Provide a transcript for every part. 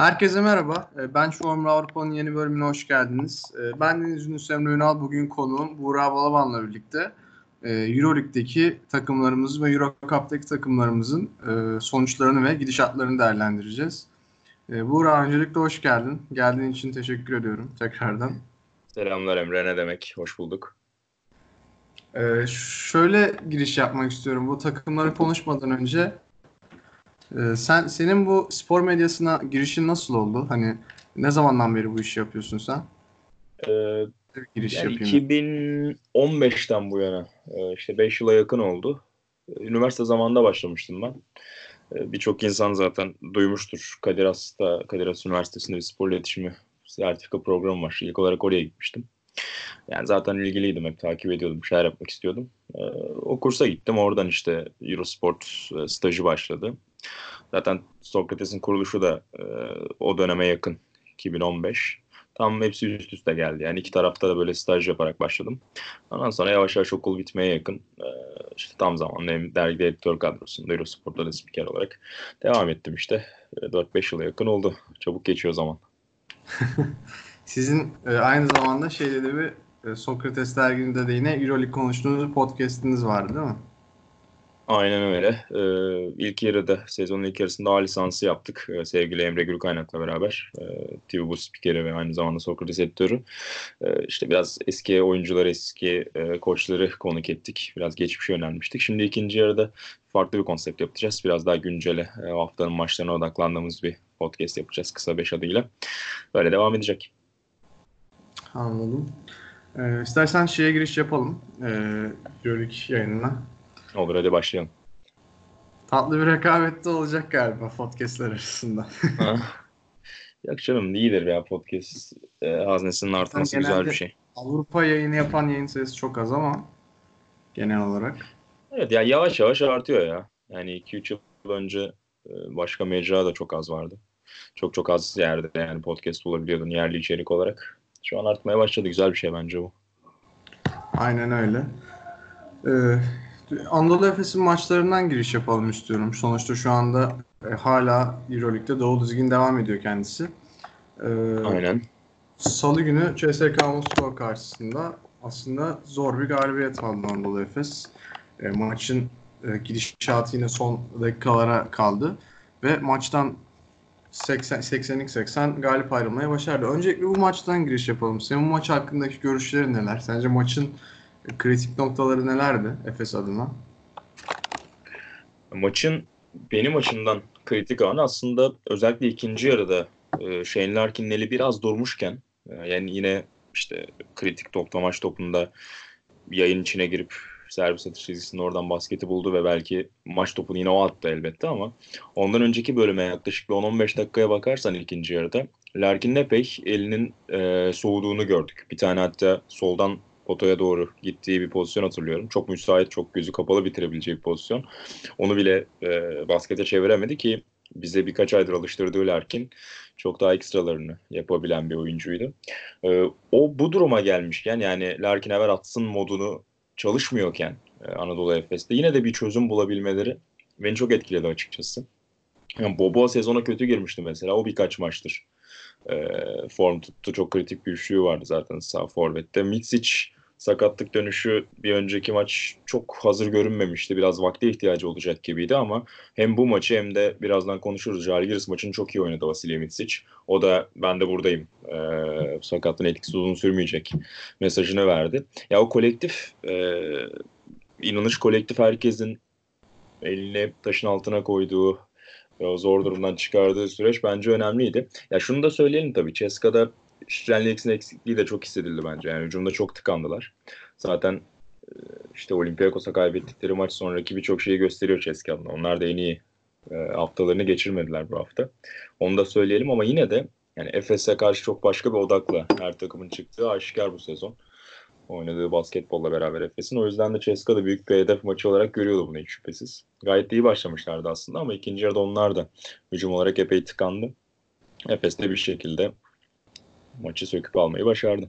Herkese merhaba. Ben Formula Avrupa'nın yeni bölümüne hoş geldiniz. Ben Deniz Yunus Emre Ünal. Bugün konuğum Buğra Balaban'la birlikte Euroleague'deki takımlarımızı ve Euro Cup'taki takımlarımızın sonuçlarını ve gidişatlarını değerlendireceğiz. Buğra, öncelikle hoş geldin. Geldiğin için teşekkür ediyorum tekrardan. Selamlar Emre, ne demek? Hoş bulduk. Şöyle giriş yapmak istiyorum. Bu takımları konuşmadan önce senin bu spor medyasına girişin nasıl oldu? Hani ne zamandan beri bu işi yapıyorsun sen? Ee, Bir giriş Yani yapayım. 2015'ten bu yana işte 5 yıla yakın oldu. Üniversite zamanında başlamıştım ben. Birçok insan zaten duymuştur. Kadir Has Üniversitesi'nde bir spor iletişimi sertifika programı var. İlk olarak oraya gitmiştim. Yani zaten ilgiliydim, hep takip ediyordum, bir şeyler yapmak istiyordum. O kursa gittim. Oradan işte Eurosport stajı başladı. Zaten Sokrates'in kuruluşu da o döneme yakın, 2015. Tam hepsi üst üste geldi. Yani iki tarafta da böyle staj yaparak başladım. Ondan sonra yavaş yavaş okul bitmeye yakın işte tam zamanlı hem dergide editör kadrosunda Eurosport'ta da spiker olarak devam ettim işte. 4-5 yıla yakın oldu. Çabuk geçiyor zaman. Sizin aynı zamanda şeyde de bir Sokrates derginde de yine Euroleague konuştuğunuz bir podcast'iniz vardı değil mi? Aynen öyle. İlk yarıda, sezonun ilk yarısında A lisansı yaptık. Sevgili Emre Gürkaynak'la beraber. TV bu spikeri ve aynı zamanda Sokrates editörü. İşte biraz eski oyuncuları, eski koçları konuk ettik. Biraz geçmişe yönelmiştik. Şimdi ikinci yarıda farklı bir konsept yapacağız. Biraz daha güncele, o haftanın maçlarına odaklandığımız bir podcast yapacağız kısa 5 adıyla. Böyle devam edecek. Anladım. İstersen şeye giriş yapalım. Euroleague yayınına. Olur, hadi başlayalım. Tatlı bir rekabette olacak galiba podcastler arasında. Ha. Yok canım, iyidir ya podcast. Haznesinin Zaten artması güzel bir genelde şey. Avrupa yayını yapan yayın sayısı çok az ama genel olarak. Evet ya, yavaş yavaş artıyor ya. Yani 2-3 yıl önce başka mecra da çok az vardı. Çok çok az yerde yani podcast bulabiliyordun yerli içerik olarak. Şu an artmaya başladı. Güzel bir şey bence bu. Aynen öyle. Anadolu Efes'in maçlarından giriş yapalım istiyorum. Sonuçta şu anda hala Euroleague'de Doğu Dizgin devam ediyor kendisi. Ee, Aynen. Salı günü CSKA Moskova karşısında aslında zor bir galibiyet aldı Anadolu Efes. Maçın gidişatı yine son dakikalara kaldı ve maçtan 80'lik 80 galip ayrılmaya başardı. Öncelikle bu maçtan giriş yapalım. Senin bu maç hakkındaki görüşlerin neler? Sence maçın kritik noktaları nelerdi Efes adına? Maçın benim açımdan kritik anı aslında özellikle ikinci yarıda Shane Larkin'in eli biraz durmuşken yani yine işte kritik nokta maç topunda yayın içine girip servis atış çizgisinde oradan basketi buldu ve belki maç topunu yine o attı elbette ama ondan önceki bölüme yaklaşık bir 10-15 dakikaya bakarsan ikinci yarıda Larkin'in epey elinin soğuduğunu gördük. Bir tane hatta soldan potaya doğru gittiği bir pozisyon hatırlıyorum. Çok müsait, çok gözü kapalı bitirebileceği bir pozisyon. Onu bile baskete çeviremedi ki bize birkaç aydır alıştırdığı Larkin çok daha ekstralarını yapabilen bir oyuncuydu. O bu duruma gelmişken yani Larkin evvel atsın modunu çalışmıyorken Anadolu Efes'te yine de bir çözüm bulabilmeleri beni çok etkiledi açıkçası. Yani Bobo sezona kötü girmişti mesela. O birkaç maçtır form tuttu. Çok kritik bir üçlüğü vardı zaten sağ forvette. Mitsic sakatlık dönüşü bir önceki maç çok hazır görünmemişti. Biraz vakte ihtiyacı olacak gibiydi ama hem bu maçı hem de birazdan konuşuruz. Žalgiris maçını çok iyi oynadı Vasilij Mitsic. O da ben de buradayım. Sakatlığın etkisi uzun sürmeyecek mesajını verdi. Ya o kolektif inanış kolektif herkesin elini taşın altına koyduğu ve o zor durumdan çıkardığı süreç bence önemliydi. Ya şunu da söyleyelim tabii. CSKA'da Strelniks'in eksikliği de çok hissedildi bence. Yani hücumda çok tıkandılar. Zaten işte Olympiakos'a kaybettikleri maç sonraki birçok şeyi gösteriyor CSKA'nın. Onlar da en iyi haftalarını geçirmediler bu hafta. Onu da söyleyelim ama yine de yani Efes'e karşı çok başka bir odakla her takımın çıktığı aşikar bu sezon. Oynadığı basketbolla beraber Efes'in. O yüzden de CSKA da büyük bir hedef maçı olarak görüyordu bunu hiç şüphesiz. Gayet iyi başlamışlardı aslında ama ikinci yarıda onlar da hücum olarak epey tıkandı. Efes de bir şekilde maçı söküp almayı başardı.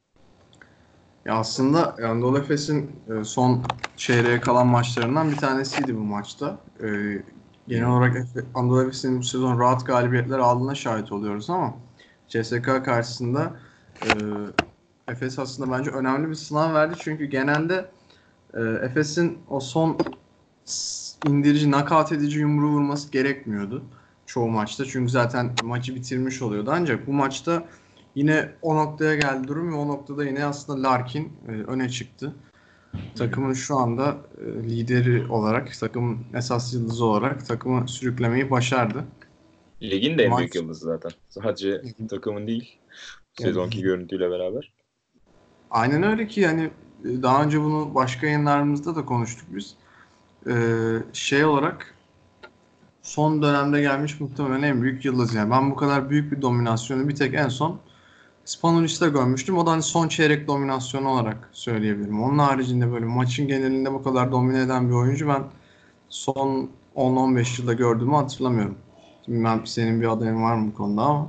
Ya aslında Anadolu Efes'in son çeyreğe kalan maçlarından bir tanesiydi bu maçta. genel olarak Anadolu Efes'in bu sezon rahat galibiyetler aldığına şahit oluyoruz ama CSKA karşısında e, Efes aslında bence önemli bir sınav verdi. Çünkü genelde Efes'in o son indirici, knockout edici yumruğu vurması gerekmiyordu çoğu maçta. Çünkü zaten maçı bitirmiş oluyordu. Ancak bu maçta yine o noktaya geldi durum ve o noktada yine aslında Larkin öne çıktı. Takımın şu anda lideri olarak, takımın esas yıldızı olarak takımı sürüklemeyi başardı. Ligin de en büyük Maç yıldızı zaten. Sadece takımın değil. yani, Sezonki görüntüyle beraber. aynen öyle ki yani daha önce bunu başka yayınlarımızda da konuştuk biz. Şey olarak son dönemde gelmiş muhtemelen en büyük yıldız yani. Ben bu kadar büyük bir dominasyonu bir tek en son Spanulis'te görmüştüm. O da hani son çeyrek dominasyonu olarak söyleyebilirim. Onun haricinde böyle maçın genelinde bu kadar domine eden bir oyuncu ben son 10-15 yılda gördüğümü hatırlamıyorum. Bilmem senin bir adayın var mı bu konuda ama.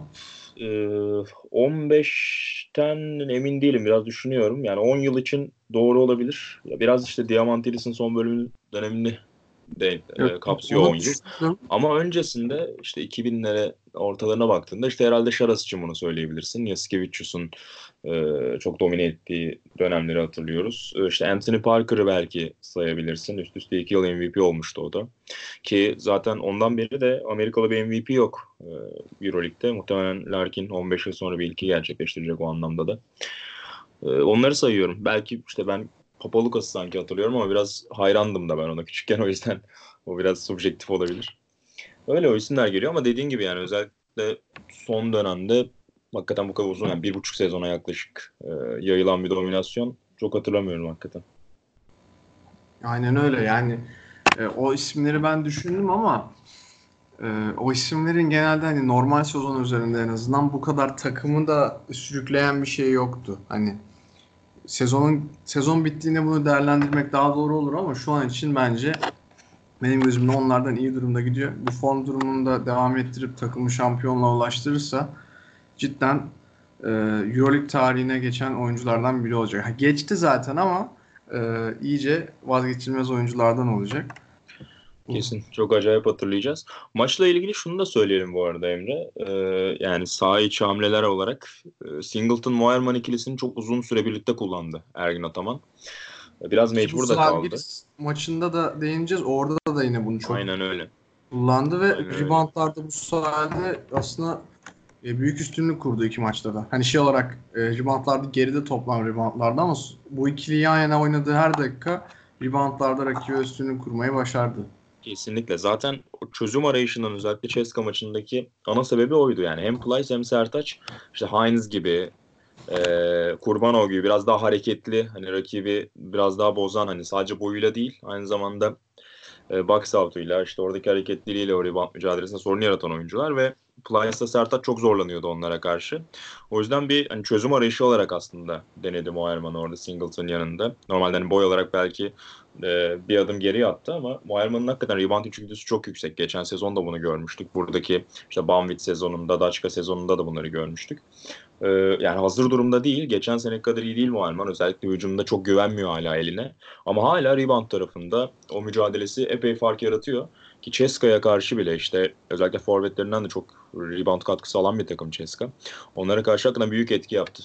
15'ten emin değilim. Biraz düşünüyorum. Yani 10 yıl için doğru olabilir. Ya biraz işte Diamantilis'in son dönemini de Yok, kapsıyor onu 10 yıl. düşündüm. Ama öncesinde işte 2000'lere ortalarına baktığında işte herhalde Şaras için bunu söyleyebilirsin. Yasikevicius'un çok domine ettiği dönemleri hatırlıyoruz. İşte Anthony Parker'ı belki sayabilirsin. Üst üste 2 yıl MVP olmuştu o da. Ki zaten ondan beri de Amerikalı bir MVP yok Euroleague'de. Muhtemelen Larkin 15 yıl sonra bir ilki gerçekleştirecek o anlamda da. Onları sayıyorum. Belki işte ben Papalukas'ı sanki hatırlıyorum ama biraz hayrandım da ben ona küçükken, o yüzden o biraz subjektif olabilir. Öyle o isimler geliyor ama dediğin gibi yani özellikle son dönemde hakikaten bu kadar uzun, yani 1,5 sezona yaklaşık yayılan bir dominasyon çok hatırlamıyorum hakikaten. Aynen öyle yani o isimleri ben düşündüm ama o isimlerin genelde hani normal sezon üzerinde en azından bu kadar takımı da sürükleyen bir şey yoktu. Hani sezon bittiğinde bunu değerlendirmek daha doğru olur ama şu an için bence benim gözümde onlardan iyi durumda gidiyor. Bu form durumunu da devam ettirip takımı şampiyonluğa ulaştırırsa cidden Euroleague tarihine geçen oyunculardan biri olacak. Ha, geçti zaten ama iyice vazgeçilmez oyunculardan olacak. Bu Kesin çok acayip hatırlayacağız. Maçla ilgili şunu da söyleyelim bu arada Emre. Yani saha içi hamleler olarak Singleton-Moerman ikilisini çok uzun süre birlikte kullandı Ergin Ataman. Biraz ki bu mecbur da kaldı. Zalgiris maçında da değineceğiz. Orada da yine bunu çok Aynen öyle. kullandı ve Aynen öyle. reboundlarda bu sayede aslında büyük üstünlük kurdu iki maçta da. Hani şey olarak reboundlarda geride toplam reboundlarda ama bu ikili yan yana oynadığı her dakika reboundlarda rakibe üstünlük kurmayı başardı. Kesinlikle. Zaten o çözüm arayışından özellikle CSKA maçındaki ana sebebi oydu yani. Hem Plyce hem Sertaç, işte Hines gibi, Kurbanov gibi biraz daha hareketli, hani rakibi biraz daha bozan, hani sadece boyuyla değil aynı zamanda box out'uyla, işte oradaki hareketliliğiyle o rebound mücadelesinde sorun yaratan oyuncular ve Plyce'la Sertaç çok zorlanıyordu onlara karşı. O yüzden bir hani çözüm arayışı olarak aslında denedi Moerman orada Singleton yanında. Normalde hani boy olarak belki bir adım geriye attı ama Moerman'ın hakikaten rebound içgüdüsü çok yüksek. Geçen sezon da bunu görmüştük. Buradaki işte Banvit sezonunda, Daçka sezonunda da bunları görmüştük. Yani hazır durumda değil. Geçen sene kadar iyi değil Muharman. Özellikle hücumda çok güvenmiyor hala eline. Ama hala rebound tarafında o mücadelesi epey fark yaratıyor. Ki CSKA'ya karşı bile işte özellikle forvetlerinden de çok rebound katkısı alan bir takım CSKA. Onlara karşı hakikaten büyük etki yaptı.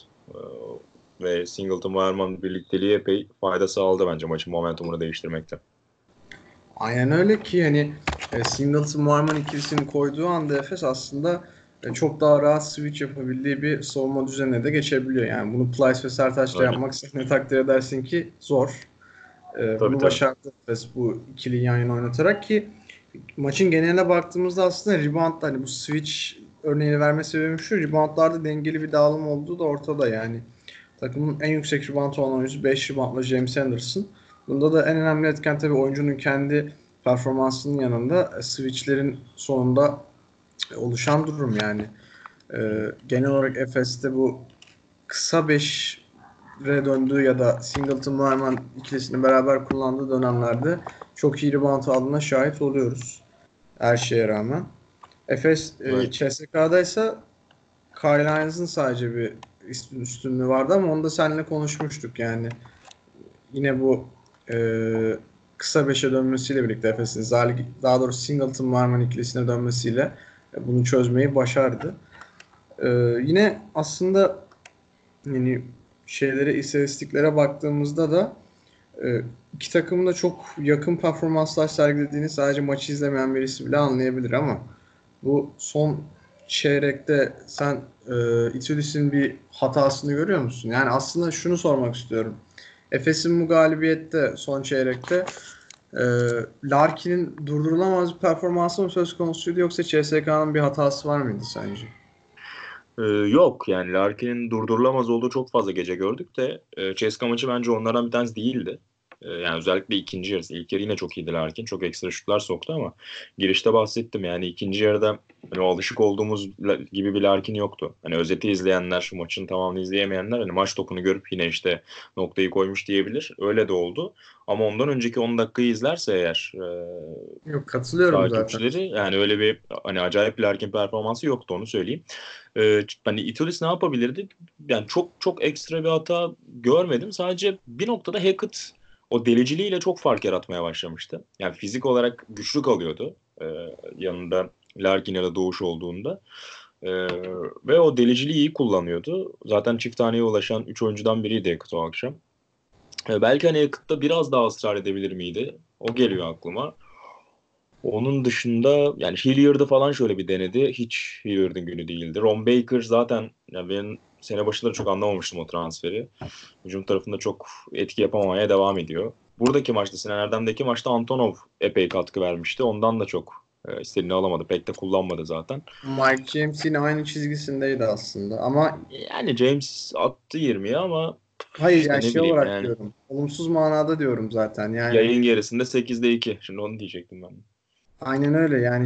Ve Singleton Muharman birlikteliği epey fayda sağladı bence maçın momentumunu değiştirmekte. Aynen öyle ki hani Singleton Marman ikilisini koyduğu anda Efes aslında çok daha rahat switch yapabildiği bir savunma düzenine de geçebiliyor. Yani bunu Plyce ve Sertaç'la Öyle. yapmak sen ne takdir edersin ki zor. Tabii Bunu tabii. başardı Efes bu ikili yan yana oynatarak ki maçın geneline baktığımızda aslında rebound hani bu switch örneğini verme sebebim şu, reboundlarda dengeli bir dağılım olduğu da ortada yani. Takımın en yüksek rebound olan oyuncusu 5 reboundla James Anderson. Bunda da en önemli etken tabii oyuncunun kendi performansının yanında switchlerin sonunda oluşan durum yani. Genel olarak Efes'te bu kısa 5'e döndüğü ya da Singleton Norman ikilisini beraber kullandığı dönemlerde çok iyi rebound aldığına şahit oluyoruz. Her şeye rağmen. Efes Öyle. CSK'da ise Kyle Hines'ın sadece bir üstünlüğü vardı ama onu da seninle konuşmuştuk yani. Yine bu e, kısa beşe dönmesiyle birlikte Efes'in daha doğrusu Singleton Marman ikilisine dönmesiyle bunu çözmeyi başardı. Yine aslında yani istatistiklere baktığımızda da iki takımın da çok yakın performanslar sergilediğini sadece maçı izlemeyen birisi bile anlayabilir ama bu son çeyrekte sen Itudis'in bir hatasını görüyor musun? Yani aslında şunu sormak istiyorum. Efes'in bu galibiyette son çeyrekte Larkin'in durdurulamaz bir performansı mı söz konusuydu yoksa CSK'nın bir hatası var mıydı sence? Yok yani Larkin'in durdurulamaz olduğu çok fazla gece gördük de CSKA maçı bence onlardan bir tanesi değildi. Yani özellikle ikinci yarısı. İlk yarı yine çok iyiydi Larkin. Çok ekstra şutlar soktu ama girişte bahsettim. Yani ikinci yarıda hani o alışık olduğumuz gibi bir Larkin yoktu. Hani özeti izleyenler, maçın tamamını izleyemeyenler hani maç topunu görüp yine işte noktayı koymuş diyebilir. Öyle de oldu. Ama ondan önceki 10 dakikayı izlerse eğer Yok, katılıyorum zaten. takipçileri yani öyle bir hani acayip bir Larkin performansı yoktu onu söyleyeyim. Hani Itolis ne yapabilirdi? Yani çok çok ekstra bir hata görmedim. Sadece bir noktada Hackett o deliciliğiyle çok fark yaratmaya başlamıştı. Yani fizik olarak güçlü kalıyordu. Yanında Larkin ya da Doğuş olduğunda. Ee, ve o deliciliği iyi kullanıyordu. Zaten çift taneye ulaşan 3 oyuncudan biriydi Hackett o akşam. Belki hani Hackett'ta biraz daha ısrar edebilir miydi? O geliyor aklıma. Onun dışında yani Hilliard'ı falan şöyle bir denedi. Hiç Hilliard'ın günü değildi. Ron Baker zaten yani ben sene başında çok anlamamıştım o transferi. Hücum tarafında çok etki yapamamaya devam ediyor. Buradaki maçta, Sinan Erdem'deki maçta Antonov epey katkı vermişti. Ondan da çok istediğini alamadı. Pek de kullanmadı zaten. Mike James yine aynı çizgisindeydi aslında ama Yani James attı 20'yi ama hayır, işte yani ne şey bileyim olarak yani. diyorum. Olumsuz manada diyorum zaten. Yani Yayın gerisinde 8'de 2. Şimdi onu diyecektim ben. aynen öyle. Yani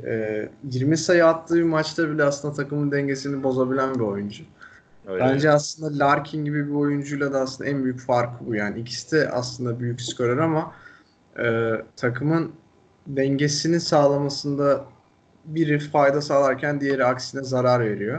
20 sayı attığı bir maçta bile aslında takımın dengesini bozabilen bir oyuncu. Öyle öyle. Bence aslında Larkin gibi bir oyuncuyla da aslında en büyük farkı bu. Yani ikisi de aslında büyük skorer ama takımın dengesini sağlamasında biri fayda sağlarken diğeri aksine zarar veriyor.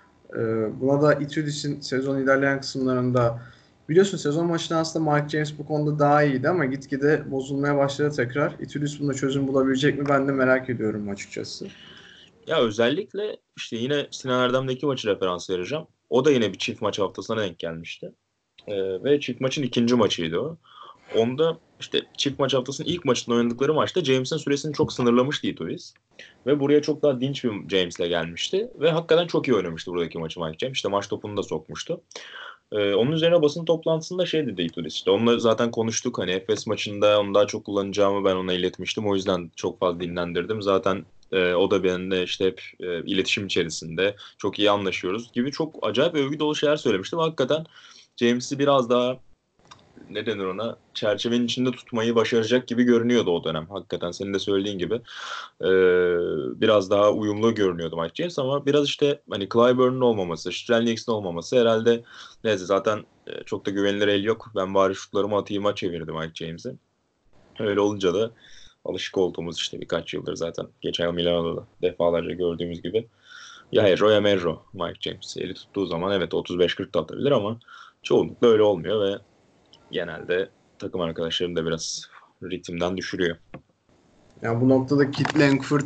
Buna da Itudis'in sezon ilerleyen kısımlarında biliyorsun sezon başında aslında Mike James bu konuda daha iyiydi ama gitgide bozulmaya başladı tekrar. Itudis bunda çözüm bulabilecek mi ben de merak ediyorum açıkçası. Ya özellikle işte yine Sinan Erdem'deki maçı referans vereceğim. O da yine bir çift maç haftasına denk gelmişti. Ve çift maçın ikinci maçıydı o. Onda işte çift maç haftasının ilk maçında oynadıkları maçta James'in süresini çok sınırlamıştı Itoiz. Ve buraya çok daha dinç bir James'le gelmişti. Ve hakikaten çok iyi oynamıştı buradaki maçı Mike James. İşte maç topunu da sokmuştu. Onun üzerine basın toplantısında şey dedi Itoiz. İşte onunla zaten konuştuk. Hani Efes maçında onu daha çok kullanacağımı ben ona iletmiştim. O yüzden çok fazla dinlendirdim. Zaten o da benimle işte hep iletişim içerisinde çok iyi anlaşıyoruz gibi çok acayip övgü dolu şeyler söylemiştim. Hakikaten James'i biraz daha ne denir ona çerçevenin içinde tutmayı başaracak gibi görünüyordu o dönem. Hakikaten senin de söylediğin gibi e, biraz daha uyumlu görünüyordu Mike James ama biraz işte hani Clyburn'un olmaması, Strelniks'in olmaması herhalde neyse zaten çok da güvenilir el yok. Ben bari şutlarımı atayım'a çevirdim Mike James'i. Öyle olunca da alışık olduğumuz işte birkaç yıldır zaten geçen yıl Milano'da da defalarca gördüğümüz gibi ya Hero ya Merro Mike James. Eli tuttuğu zaman evet 35-40 da atabilir ama çoğunlukla öyle olmuyor ve genelde takım arkadaşlarını da biraz ritimden düşürüyor. Yani bu noktada Kit Langford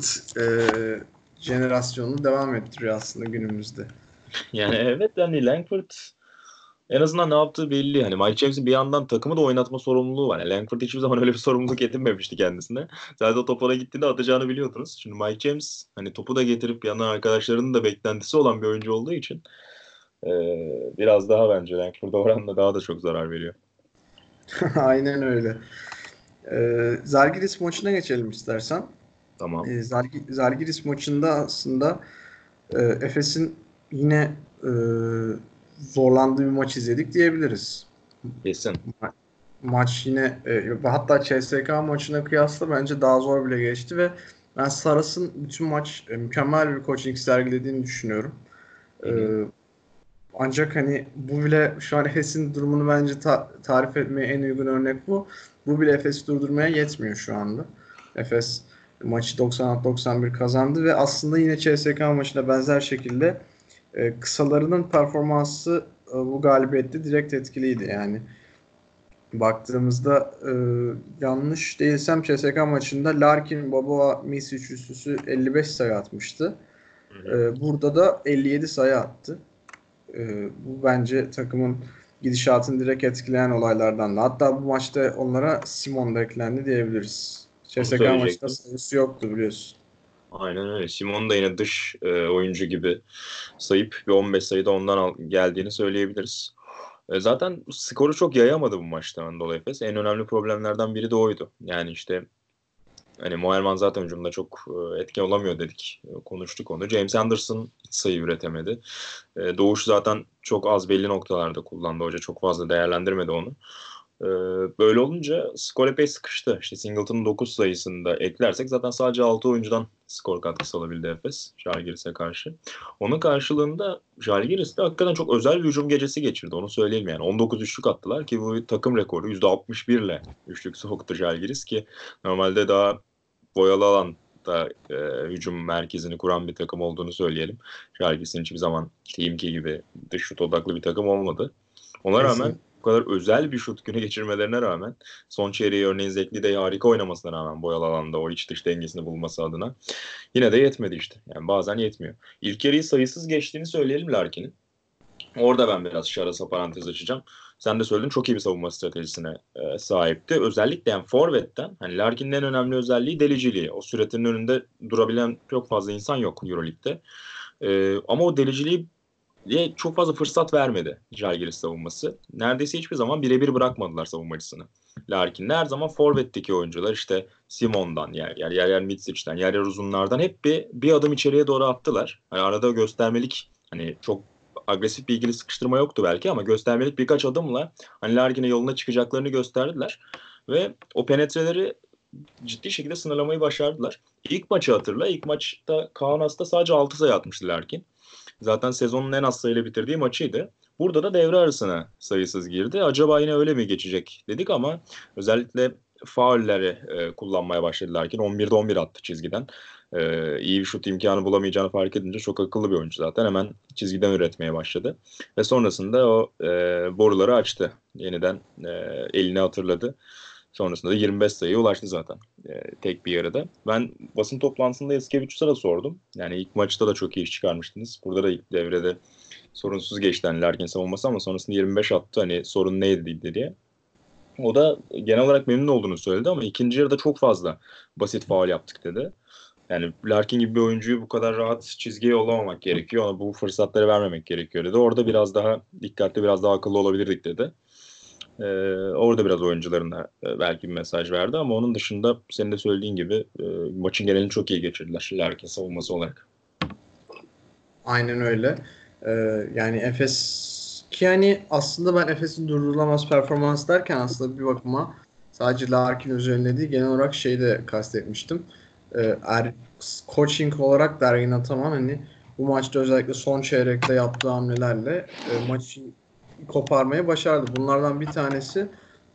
jenerasyonunu devam ettiriyor aslında günümüzde. Yani evet yani Langford en azından ne yaptığı belli. Hani Mike James'in bir yandan takımı da oynatma sorumluluğu var. Yani Langford hiçbir zaman öyle bir sorumluluk edinmemişti kendisine. Zaten o top ona gittiğinde atacağını biliyordunuz. Şimdi Mike James hani topu da getirip yandan arkadaşlarının da beklentisi olan bir oyuncu olduğu için biraz daha bence Langford'a oranla daha da çok zarar veriyor. Aynen öyle. Zalgiris maçına geçelim istersen. Tamam. Zalgiris maçında aslında Efes'in yine zorlandığı bir maç izledik diyebiliriz. Kesin. Maç yine hatta CSKA maçına kıyasla bence daha zor bile geçti ve ben Saras'ın bütün maç mükemmel bir coaching sergilediğini düşünüyorum. Hı E, hı. Ancak hani bu bile şu an Efes'in durumunu bence tarif etmeye en uygun örnek bu. Bu bile Efes'i durdurmaya yetmiyor şu anda. Efes maçı 96-91 kazandı ve aslında yine CSKA maçına benzer şekilde kısalarının performansı bu galibiyette direkt etkiliydi. Yani baktığımızda yanlış değilsem CSK maçında Larkin, Boboa, Misic üçlüsü 55 sayı atmıştı. Hı hı. Burada da 57 sayı attı. Bu bence takımın gidişatını direkt etkileyen olaylardan da. Hatta bu maçta onlara Simon da eklendi diyebiliriz. Onu CSK maçında söyleyecektim. sayısı yoktu biliyorsun. Aynen öyle. Simon da yine dış oyuncu gibi sayıp bir 15 sayıda ondan geldiğini söyleyebiliriz. Zaten skoru çok yayamadı bu maçtan Anadolu Efes. En önemli problemlerden biri de oydu. Yani işte hani Moerman zaten hücumda çok etkin olamıyor dedik. Konuştuk onu. James Anderson hiç sayı üretemedi. Doğuş zaten çok az belli noktalarda kullandı. Hoca çok fazla değerlendirmedi onu. E, Böyle olunca skor epey sıkıştı. İşte Singleton'ın 9 sayısını da eklersek zaten sadece 6 oyuncudan skor katkısı alabildi Efes Žalgiris'e karşı. Onun karşılığında Žalgiris de hakikaten çok özel bir hücum gecesi geçirdi. Onu söyleyeyim yani. 19 üçlük attılar ki bu takım rekoru. %61 ile üçlük soktu Žalgiris ki normalde daha boyalı alanda hücum merkezini kuran bir takım olduğunu söyleyelim. Žalgiris'in hiçbir zaman Team 2 gibi dış şut odaklı bir takım olmadı. Ona rağmen Kesin. bu kadar özel bir şut günü geçirmelerine rağmen son çeyreği örneğin Zekli de harika oynamasına rağmen boyalı alanda o iç dış dengesini bulması adına yine de yetmedi işte. Yani bazen yetmiyor. İlk yarıyı sayısız geçtiğini söyleyelim Larkin'in. Orada ben biraz şarasa parantez açacağım. Sen de söyledin çok iyi bir savunma stratejisine sahipti. Özellikle yani forvetten hani Larkin'in en önemli özelliği deliciliği. O süretinin önünde durabilen çok fazla insan yok EuroLeague'de. Ama o deliciliği çok fazla fırsat vermedi Žalgiris savunması. Neredeyse hiçbir zaman birebir bırakmadılar savunmacısını. Larkin'le her zaman forvetteki oyuncular işte Simon'dan yer Mitsic'den yer uzunlardan hep bir adım içeriye doğru attılar. Hani arada göstermelik hani çok agresif bir ikili sıkıştırma yoktu belki ama göstermelik birkaç adımla hani Larkin'e yoluna çıkacaklarını gösterdiler. Ve o penetreleri ciddi şekilde sınırlamayı başardılar. İlk maçı hatırla. İlk maçta Kaunas'ta sadece 6 sayı atmıştı Larkin. Zaten sezonun en az sayıyla bitirdiği maçıydı. Burada da devre arasına sayısız girdi. Acaba yine öyle mi geçecek dedik ama özellikle faulleri kullanmaya başladılarken 11'de 11 attı çizgiden. İyi bir şut imkanı bulamayacağını fark edince çok akıllı bir oyuncu zaten. Hemen çizgiden üretmeye başladı. Ve sonrasında o boruları açtı. Yeniden elini hatırladı. Sonrasında da 25 sayıya ulaştı zaten tek bir yarıda. Ben basın toplantısında Eskevicius'a da sordum. Yani ilk maçta da çok iyi iş çıkarmıştınız. Burada da ilk devrede sorunsuz geçti hani Larkin savunması ama sonrasında 25 attı. Hani sorun neydi diye. O da genel olarak memnun olduğunu söyledi ama ikinci yarıda çok fazla basit faul yaptık dedi. Yani Larkin gibi bir oyuncuyu bu kadar rahat çizgiye yollamamak gerekiyor. Ona bu fırsatları vermemek gerekiyor dedi. Orada biraz daha dikkatli, biraz daha akıllı olabilirdik dedi. Orada biraz oyuncularına belki bir mesaj verdi ama onun dışında senin de söylediğin gibi maçın genelini çok iyi geçirdiler Larkin savunması olarak. Aynen öyle. Yani Efes ki yani aslında ben Efes'in durdurulamaz performans derken aslında bir bakıma sadece Larkin üzerinde değil genel olarak şeyi de kastetmiştim. Coaching olarak da Ergin Ataman hani bu maçta özellikle son çeyrekte yaptığı hamlelerle maçı koparmayı başardı. Bunlardan bir tanesi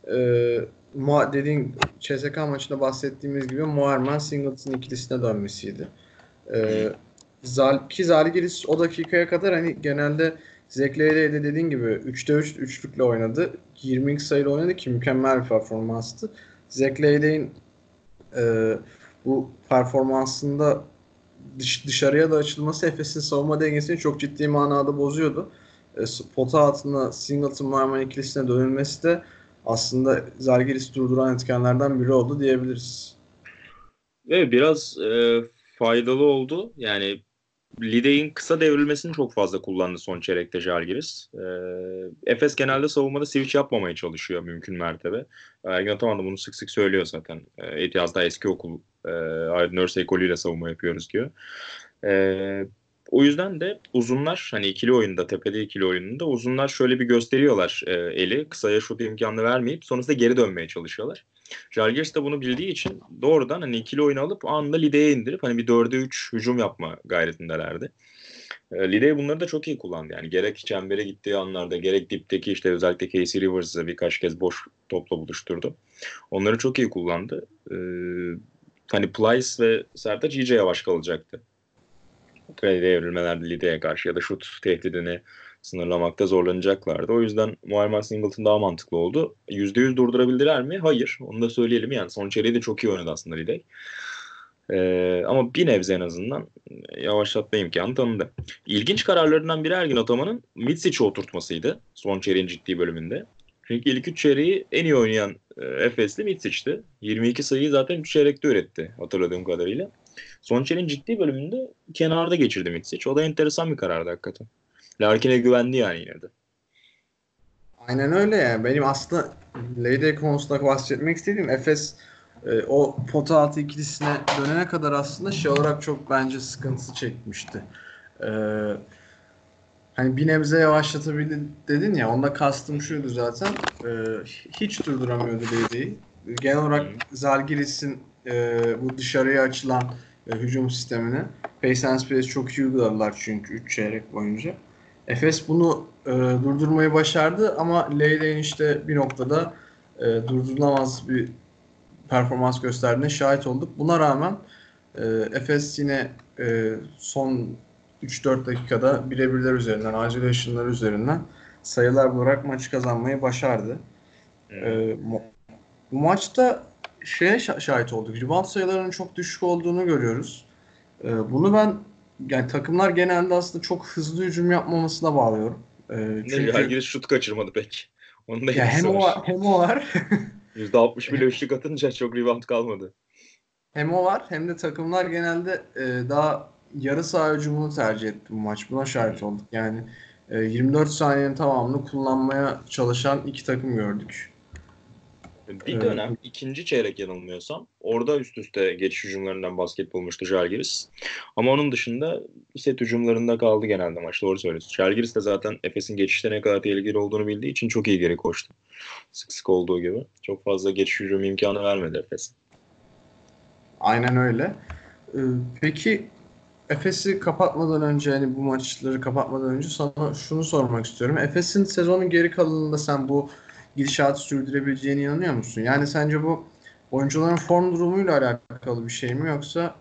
dediğin CSK maçında bahsettiğimiz gibi Moerman Singleton ikilisine dönmesiydi. Hmm. Ee, Zalgiris o dakikaya kadar hani genelde Zekle'yle de dediğin gibi 3'te 3 üçlükle oynadı. 22 sayılı oynadı ki mükemmel bir performanstı. Zekle'nin e, bu performansında dışarıya da açılması Efes'in savunma dengesini çok ciddi manada bozuyordu. Pota altında Singleton Marman ikilisine dönülmesi de aslında Zalgiris'i durduran etkenlerden biri oldu diyebiliriz. Ve biraz faydalı oldu. Yani Lidey'in kısa devrilmesini çok fazla kullandı son çeyrekte Žalgiris. Efes genelde savunmada switch yapmamaya çalışıyor mümkün mertebe. Ergin Ataman da bunu sık sık söylüyor zaten. Biraz daha eski okul Aydın Örse ekolüyle savunma yapıyoruz diyor. E, O yüzden de uzunlar hani ikili oyunda tepede ikili oyununda uzunlar şöyle bir gösteriyorlar eli. Kısaya şut imkanı vermeyip sonrasında geri dönmeye çalışıyorlar. Žalgiris de bunu bildiği için doğrudan hani ikili oyunu alıp anında Lide'ye indirip hani bir 4'e 3 hücum yapma gayretindelerdi. Lide bunları da çok iyi kullandı. Yani gerek çembere gittiği anlarda gerek dipteki işte özellikle Casey Rivers'ı birkaç kez boş topla buluşturdu. Onları çok iyi kullandı. Hani Plyce ve Sertaç iyice yavaş kalacaktı. Kalede evrilmelerde Lide'ye karşı ya da şut tehdidini sınırlamakta zorlanacaklardı. O yüzden Muharrem Singleton daha mantıklı oldu. %100 durdurabildiler mi? Hayır. Onu da söyleyelim. Yani son çeyreği de çok iyi oynadı aslında Ridley. Ama bir nebze en azından yavaşlatma imkanı tanıdı. İlginç kararlarından biri Ergin Ataman'ın Mitsic'i oturtmasıydı son çeyreğin ciddi bölümünde. Çünkü ilk 3 çeyreği en iyi oynayan Efesli Mitsic'ti. 22 sayıyı zaten 3 çeyrekte üretti hatırladığım kadarıyla. Son çeyreğin ciddi bölümünde kenarda geçirdi Mitsic. O da enteresan bir karardı hakikaten. Larkin'e güvendi yani yine de. Aynen öyle yani. Benim aslında Leyday konusunda bahsetmek istediğim Efes o pota altı ikilisine dönene kadar aslında şey olarak çok bence sıkıntısı çekmişti. E, Hani bir nebze yavaşlatabildi dedin ya, onda kastım şuydu zaten. Hiç durduramıyordu Leyday'i. Genel olarak Hı. Zalgiris'in bu dışarıya açılan hücum sistemini Pace and Space çok iyi uyguladılar çünkü 3 çeyrek boyunca. Efes bunu durdurmayı başardı ama Leyday'in işte bir noktada durdurulamaz bir performans gösterdiğine şahit olduk. Buna rağmen Efes yine son 3-4 dakikada birebirler üzerinden, isolation'lar üzerinden sayılar bularak maçı kazanmayı başardı. Hı. Bu maçta şeye şahit olduk. Rebound sayılarının çok düşük olduğunu görüyoruz. Bunu ben yani takımlar genelde aslında çok hızlı hücum yapmamasına bağlıyorum. Ne Çünkü Žalgiris şut kaçırmadı pek. Onun da ya hem etkisi o var, var. hem o var. %60 bile üçlük atınca çok rebound kalmadı. Hem o var hem de takımlar genelde daha yarı saha hücumunu tercih etti bu maç. Buna şahit olduk. Yani 24 saniyenin tamamını kullanmaya çalışan iki takım gördük. Bir dönem ikinci çeyrek yanılmıyorsam orada üst üste geçiş hücumlarından basket bulmuştu Žalgiris. Ama onun dışında set hücumlarında kaldı genelde maç. Doğru söylüyorsun. Žalgiris de zaten Efes'in geçişte ne kadar tehlikeli olduğunu bildiği için çok iyi geri koştu. Sık sık olduğu gibi. Çok fazla geçiş hücum imkanı vermedi Efes. Aynen öyle. E, peki Efes'i kapatmadan önce, hani bu maçları kapatmadan önce sana şunu sormak istiyorum. Efes'in sezonun geri kalanında sen bu gidişatı sürdürebileceğine inanıyor musun? Yani sence bu oyuncuların form durumuyla alakalı bir şey mi, yoksa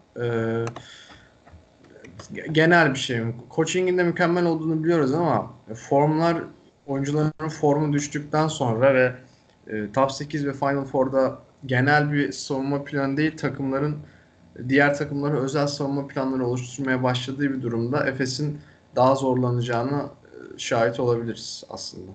genel bir şey mi? Coaching'in de mükemmel olduğunu biliyoruz ama formlar, oyuncuların formu düştükten sonra ve Top 8 ve Final Four'da genel bir savunma planı değil, takımların diğer takımlara özel savunma planları oluşturmaya başladığı bir durumda Efes'in daha zorlanacağını şahit olabiliriz aslında.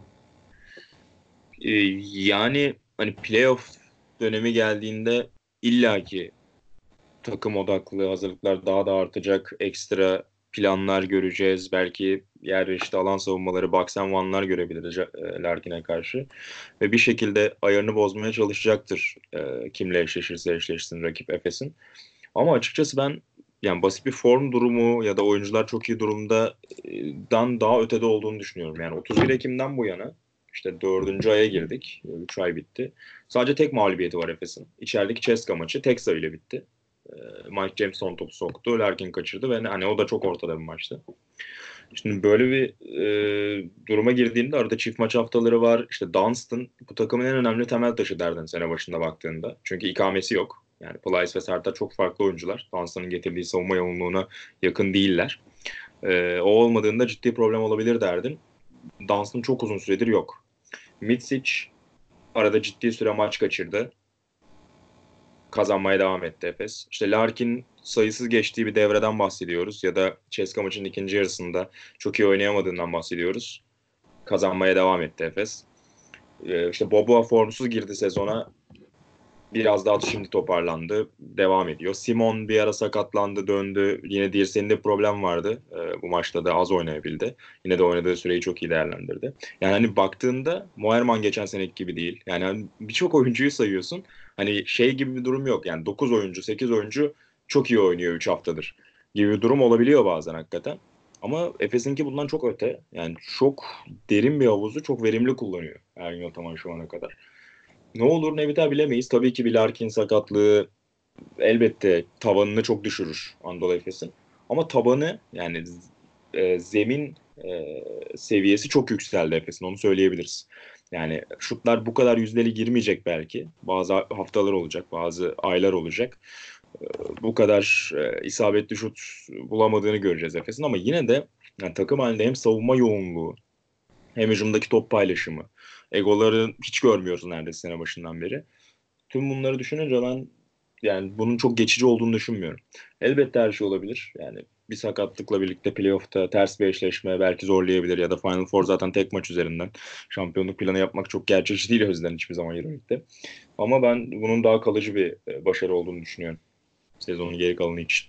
Ee, Yani hani playoff dönemi geldiğinde illaki takım odaklı hazırlıklar daha da artacak. Ekstra planlar göreceğiz. Belki yer işte alan savunmaları, box and one'lar görebiliriz Larkin'e karşı. Ve bir şekilde ayarını bozmaya çalışacaktır kimle eşleşirse eşleşsin rakip Efes'in. Ama açıkçası ben yani basit bir form durumu ya da oyuncular çok iyi durumda dan daha ötede olduğunu düşünüyorum. Yani 31 Ekim'den bu yana işte 4. aya girdik. 3 ay bitti. Sadece tek mağlubiyeti var Efes'in. İçerideki CSKA maçı tek sayıyla bitti. Mike James son topu soktu. Larkin kaçırdı ve hani o da çok ortada bir maçtı. Şimdi böyle bir duruma girdiğinde arada çift maç haftaları var. İşte Dunstan bu takımın en önemli temel taşı derdin sene başında baktığında. Çünkü ikamesi yok. Yani Plyce ve Serta çok farklı oyuncular. Dunstan'ın getirdiği savunma yoğunluğuna yakın değiller. O olmadığında ciddi problem olabilir derdin. Dunstan çok uzun süredir yok. Mitsic arada ciddi süre maç kaçırdı. Kazanmaya devam etti Efes. İşte Larkin sayısız geçtiği bir devreden bahsediyoruz. Ya da CSKA maçının ikinci yarısında çok iyi oynayamadığından bahsediyoruz. Kazanmaya devam etti Efes. İşte Boboa formsuz girdi sezona. Biraz daha şimdi toparlandı. Devam ediyor. Simon bir ara sakatlandı, döndü. Yine dirseğinde problem vardı. Bu maçta da az oynayabildi. Yine de oynadığı süreyi çok iyi değerlendirdi. Yani hani baktığında Moerman geçen seneki gibi değil. Yani hani birçok oyuncuyu sayıyorsun. Hani şey gibi bir durum yok. Yani 9 oyuncu, 8 oyuncu çok iyi oynuyor 3 haftadır gibi bir durum olabiliyor bazen hakikaten. Ama Efes'inki bundan çok öte. Yani çok derin bir havuzu çok verimli kullanıyor Ergin Ataman şu ana kadar. Ne olur ne biter bilemeyiz. Tabii ki bir Larkin sakatlığı elbette tavanını çok düşürür Anadolu Efes'in. Ama tabanı yani zemin seviyesi çok yükseldi Efes'in, onu söyleyebiliriz. Yani şutlar bu kadar yüzdeli girmeyecek belki. Bazı haftalar olacak, bazı aylar olacak. Bu kadar isabetli şut bulamadığını göreceğiz Efes'in ama yine de yani takım halinde hem savunma yoğunluğu hem hücumdaki top paylaşımı. Egoları hiç görmüyoruz neredeyse sene başından beri. Tüm bunları düşününce ben yani bunun çok geçici olduğunu düşünmüyorum. Elbette her şey olabilir. Yani bir sakatlıkla birlikte playoff'ta ters bir eşleşme belki zorlayabilir ya da Final Four zaten tek maç üzerinden. Şampiyonluk planı yapmak çok gerçekçi değil o yüzden hiçbir zaman Euroleague'de. Ama ben bunun daha kalıcı bir başarı olduğunu düşünüyorum sezonun geri kalanı için.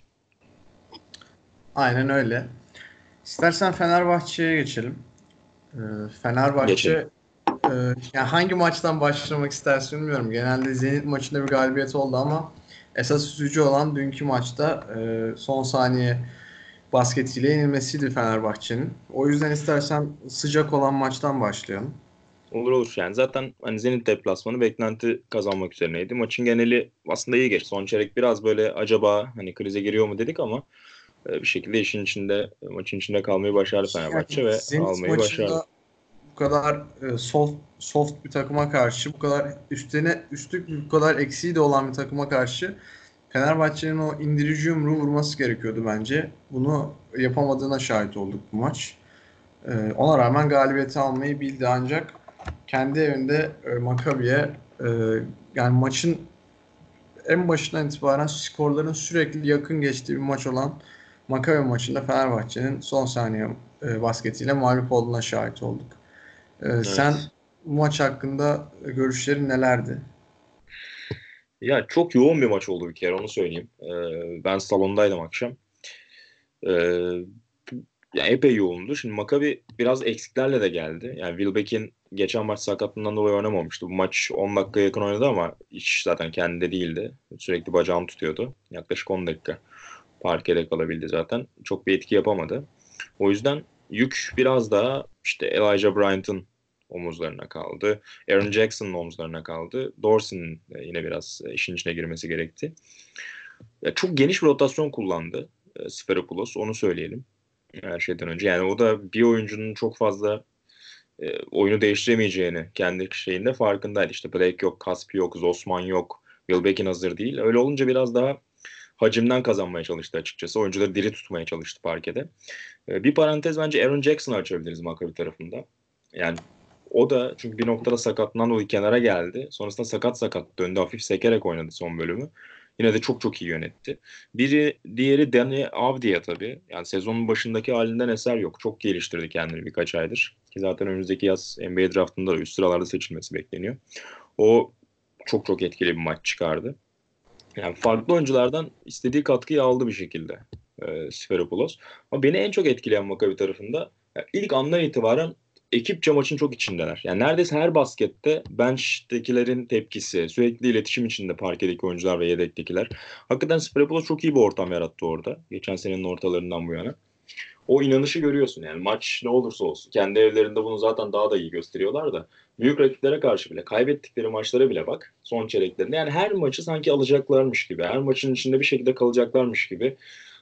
Aynen öyle. İstersen Fenerbahçe'ye geçelim. Ee, Geçelim. Fenerbahçe yani hangi maçtan başlamak istersin bilmiyorum. Genelde Zenit maçında bir galibiyet oldu ama esas üzücü olan dünkü maçta son saniye basketiyle yenilmesiydi Fenerbahçe'nin. O yüzden istersen sıcak olan maçtan başlayalım. Olur olur yani zaten hani Zenit deplasmanı beklenti kazanmak üzerineydi. Maçın geneli aslında iyi geçti. Son çeyrek biraz böyle acaba hani krize giriyor mu dedik ama bir şekilde işin içinde maçın içinde kalmayı başardı Yani Fenerbahçe ve Zenit almayı başardı. maçında bu kadar soft bir takıma karşı, bu kadar üstüne üstlük bu kadar eksiği de olan bir takıma karşı Fenerbahçe'nin o indirici yumruğu vurması gerekiyordu bence. Bunu yapamadığına şahit olduk bu maç. Ona rağmen galibiyeti almayı bildi ancak kendi evinde Maccabi'ye yani maçın en başından itibaren skorların sürekli yakın geçtiği bir maç olan Maccabi maçında Fenerbahçe'nin son saniye basketiyle mağlup olduğuna şahit olduk. Sen Evet. bu maç hakkında görüşlerin nelerdi? Ya çok yoğun bir maç oldu bir kere onu söyleyeyim. Ben salondaydım akşam. Ee, Ya epey yoğundu. Şimdi Maccabi biraz eksiklerle de geldi. Yani Wilbeck'in geçen maç sakatlığından dolayı oynamamıştı. Bu maç 10 dakika yakın oynadı ama hiç zaten kendinde değildi. Sürekli bacağını tutuyordu. Yaklaşık 10 dakika parkede kalabildi zaten. Çok bir etki yapamadı. O yüzden yük biraz daha işte Elijah Bryant'ın omuzlarına kaldı. Aaron Jackson'ın omuzlarına kaldı. Dorsey'nin yine biraz işin içine girmesi gerekti. Ya çok geniş bir rotasyon kullandı Sferiopoulos, onu söyleyelim her şeyden önce. Yani o da bir oyuncunun çok fazla oyunu değiştiremeyeceğini kendi şeyinde farkındaydı. İşte Blake yok, Caspi yok, Zosman yok, Wilbekin hazır değil. Öyle olunca biraz daha hacimden kazanmaya çalıştı açıkçası. Oyuncuları diri tutmaya çalıştı parkede. Bir parantez bence Aaron Jackson'ı açabiliriz Maccabi tarafında. Yani o da çünkü bir noktada sakatlığından dolayı kenara geldi. Sonrasında sakat döndü. Hafif sekerek oynadı son bölümü. Yine de çok çok iyi yönetti. Diğeri Dani Avdiya tabii. Yani sezonun başındaki halinden eser yok. Çok geliştirdi kendini birkaç aydır. Ki zaten önümüzdeki yaz NBA draftında da üst sıralarda seçilmesi bekleniyor. O çok çok etkili bir maç çıkardı. Yani farklı oyunculardan istediği katkıyı aldı bir şekilde Sferiopoulos. Ama beni en çok etkileyen Maccabi tarafında ya ilk andan itibaren ekipçe maçın çok içindeler. Yani neredeyse her baskette bench'tekilerin tepkisi, sürekli iletişim içinde parkedeki oyuncular ve yedektekiler. Hakikaten Sferiopoulos çok iyi bir ortam yarattı orada. Geçen senenin ortalarından bu yana. O inanışı görüyorsun yani maç ne olursa olsun. Kendi evlerinde bunu zaten daha da iyi gösteriyorlar da. Büyük rakiplere karşı bile kaybettikleri maçlara bile bak son çeyreklerinde. Yani her maçı sanki alacaklarmış gibi. Her maçın içinde bir şekilde kalacaklarmış gibi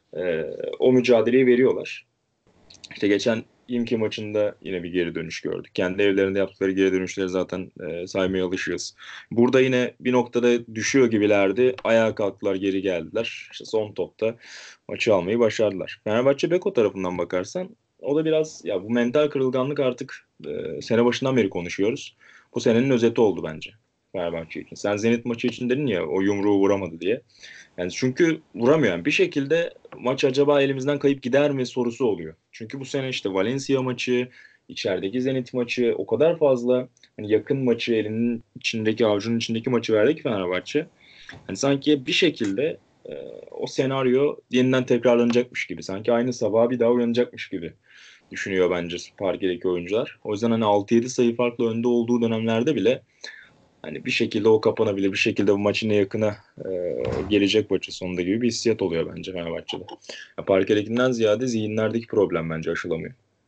o mücadeleyi veriyorlar. İşte geçen İmki maçında yine bir geri dönüş gördük. Kendi evlerinde yaptıkları geri dönüşleri zaten saymaya alışığız. Burada yine bir noktada düşüyor gibilerdi. Ayağa kalktılar, geri geldiler. İşte son topta maçı almayı başardılar. Fenerbahçe Beko tarafından bakarsan o da biraz ya bu mental kırılganlık artık sene başından beri konuşuyoruz. Bu senenin özeti oldu bence Fenerbahçe için. Sen Zenit maçı için dedin ya o yumruğu vuramadı diye. Yani çünkü vuramıyor. Yani bir şekilde maç acaba elimizden kayıp gider mi sorusu oluyor. Çünkü bu sene işte Valencia maçı, içerideki Zenit maçı o kadar fazla hani yakın maçı elinin içindeki avucunun içindeki maçı verdi ki Fenerbahçe. Hani sanki bir şekilde o senaryo yeniden tekrarlanacakmış gibi. Sanki aynı sabah bir daha uyanacakmış gibi düşünüyor bence parkedeki oyuncular. O yüzden hani 6-7 sayı farklı önde olduğu dönemlerde bile hani bir şekilde o kapanabilir, bir şekilde bu maçın yakına gelecek maçı sonunda gibi bir hissiyat oluyor bence Fenerbahçe'de. Ya, parkedekinden ziyade zihinlerdeki problem bence aşılamıyor.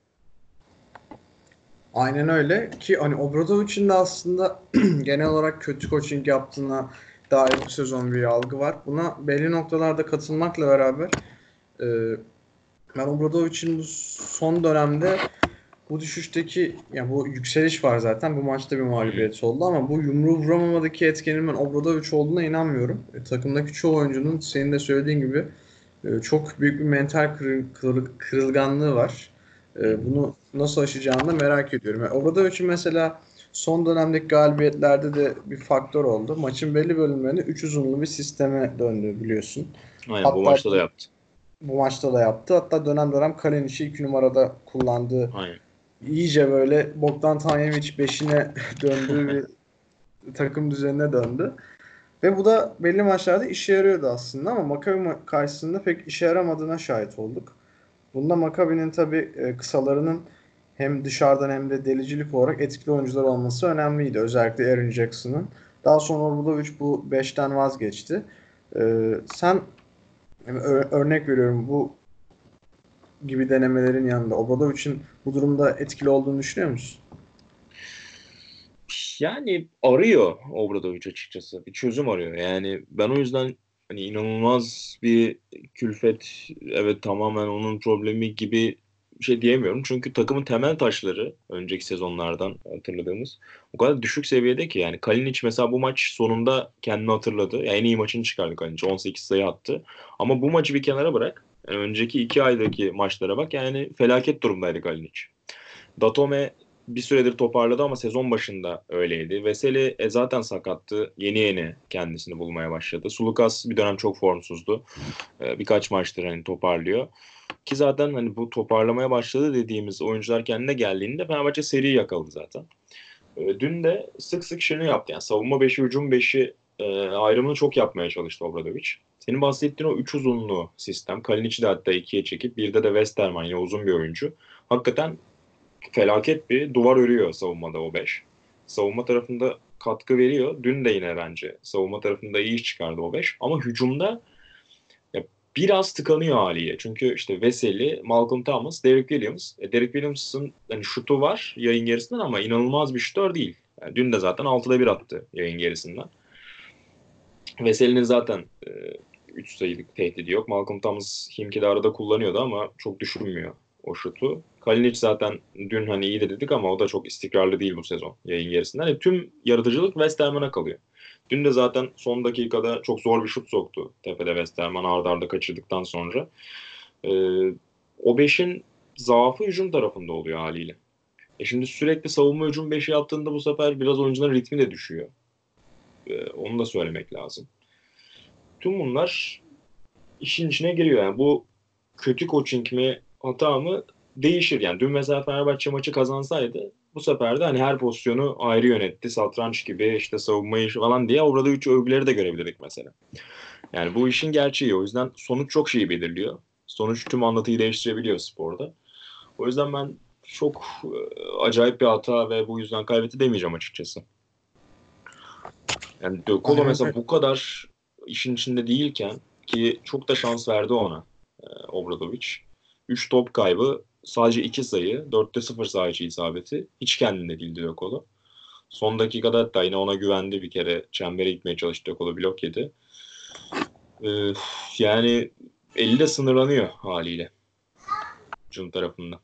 Aynen öyle ki hani Obradovic'in de aslında genel olarak kötü coaching yaptığına dair bu sezon bir algı var. Buna belli noktalarda katılmakla beraber e, ben Obradovic'in bu son dönemde bu düşüşteki yani bu yükseliş var zaten. Bu maçta bir Hı hı. mağlubiyet oldu ama bu yumruğu vuramamadaki etkenin ben Obradovic olduğuna inanmıyorum. Takımdaki çoğu oyuncunun senin de söylediğin gibi çok büyük bir mental kırılganlığı var. Bunu nasıl aşacağını da merak ediyorum. Yani Obradovic'in mesela son dönemdeki galibiyetlerde de bir faktör oldu. Maçın belli bölümlerinde 3 uzunlu bir sisteme döndü biliyorsun. Aynen, bu Hatta maçta da yaptı. bu maçta da yaptı. Hatta dönem dönem Kalinic'i 2 numarada kullandığı, Aynen. iyice böyle Bogdan Tanjevic 5'ine döndüğü bir takım düzenine döndü. Ve bu da belli maçlarda işe yarıyordu aslında ama Maccabi karşısında pek işe yaramadığına şahit olduk. Bunda Maccabi'nin tabii kısalarının hem dışarıdan hem de delicilik olarak etkili oyuncular olması önemliydi. Özellikle Aaron Jackson'ın. Daha sonra Obradovic bu 5'ten vazgeçti. Sen yani örnek veriyorum, bu gibi denemelerin yanında Obradovic'in bu durumda etkili olduğunu düşünüyor musun? Yani arıyor Obradovic açıkçası. Bir çözüm arıyor. Yani ben o yüzden hani inanılmaz bir külfet, evet tamamen onun problemi gibi bir şey diyemiyorum. Çünkü takımın temel taşları önceki sezonlardan hatırladığımız o kadar düşük seviyede ki, yani Kalinic mesela bu maç sonunda kendini hatırladı. Yani en iyi maçını çıkardı Kalinic. 18 sayı attı. Ama bu maçı bir kenara bırak. Yani önceki 2 aydaki maçlara bak. Yani felaket durumdaydı Kalinic. Datome bir süredir toparladı ama sezon başında öyleydi. Veseli zaten sakattı. Yeni yeni kendisini bulmaya başladı. Sulukas bir dönem çok formsuzdu. Birkaç maçtır hani toparlıyor. Ki zaten hani bu toparlamaya başladı dediğimiz oyuncular kendine geldiğinde Fenerbahçe seri yakaladı zaten. Dün de sık sık şunu yaptı. Yani savunma beşi, hücum beşi ayrımını çok yapmaya çalıştı Obradovic. Senin bahsettiğin o üç uzunlu sistem. Kalinic'i de hatta ikiye çekip bir de Westerman, yine uzun bir oyuncu. Hakikaten felaket bir duvar örüyor savunmada o 5. Savunma tarafında katkı veriyor. Dün de yine bence savunma tarafında iyi iş çıkardı o 5. Ama hücumda ya biraz tıkanıyor haliyle. Çünkü işte Veseli, Malcolm Thomas, Derek Williams. Derek Williams'ın hani şutu var yayın gerisinden ama inanılmaz bir şutör değil. Yani dün de zaten 6'da 1 attı yayın gerisinden. Veseli'nin zaten 3 sayılık tehdidi yok. Malcolm Thomas Himki'de arada kullanıyordu ama çok düşünmüyor o şutu. Kalinic zaten dün hani iyi de dedik ama o da çok istikrarlı değil bu sezon yayın gerisinden. Tüm yaratıcılık Westerman'a kalıyor. Dün de zaten son dakikada çok zor bir şut soktu tepede Westerman, arda arda kaçırdıktan sonra. E, O beşin zaafı hücum tarafında oluyor haliyle. Şimdi sürekli savunma hücum beşi yaptığında bu sefer biraz oyuncuların ritmi de düşüyor. Onu da söylemek lazım. Tüm bunlar işin içine giriyor. Yani bu kötü coaching mi, hata mı değişir. Yani dün mesela Fenerbahçe maçı kazansaydı bu sefer de hani her pozisyonu ayrı yönetti. Satranç gibi işte savunmayı falan diye orada 3 övgüleri de görebilirdik mesela. Yani bu işin gerçeği. O yüzden sonuç çok şeyi belirliyor. Sonuç tüm anlatıyı değiştirebiliyor sporda. O yüzden ben çok acayip bir hata ve bu yüzden kaybetti demeyeceğim açıkçası. Yani De Colo Aynen mesela öyle. bu kadar işin içinde değilken, ki çok da şans verdi ona Obradovic. 3 top kaybı, sadece 2 sayı, 4'te 0 saha içi isabeti. Hiç kendinde değildi De Colo. Son dakikada hatta yine ona güvendi bir kere. Çembere gitmeye çalıştı, De Colo blok yedi. Ee, Yani eli de sınırlanıyor haliyle hücum tarafında.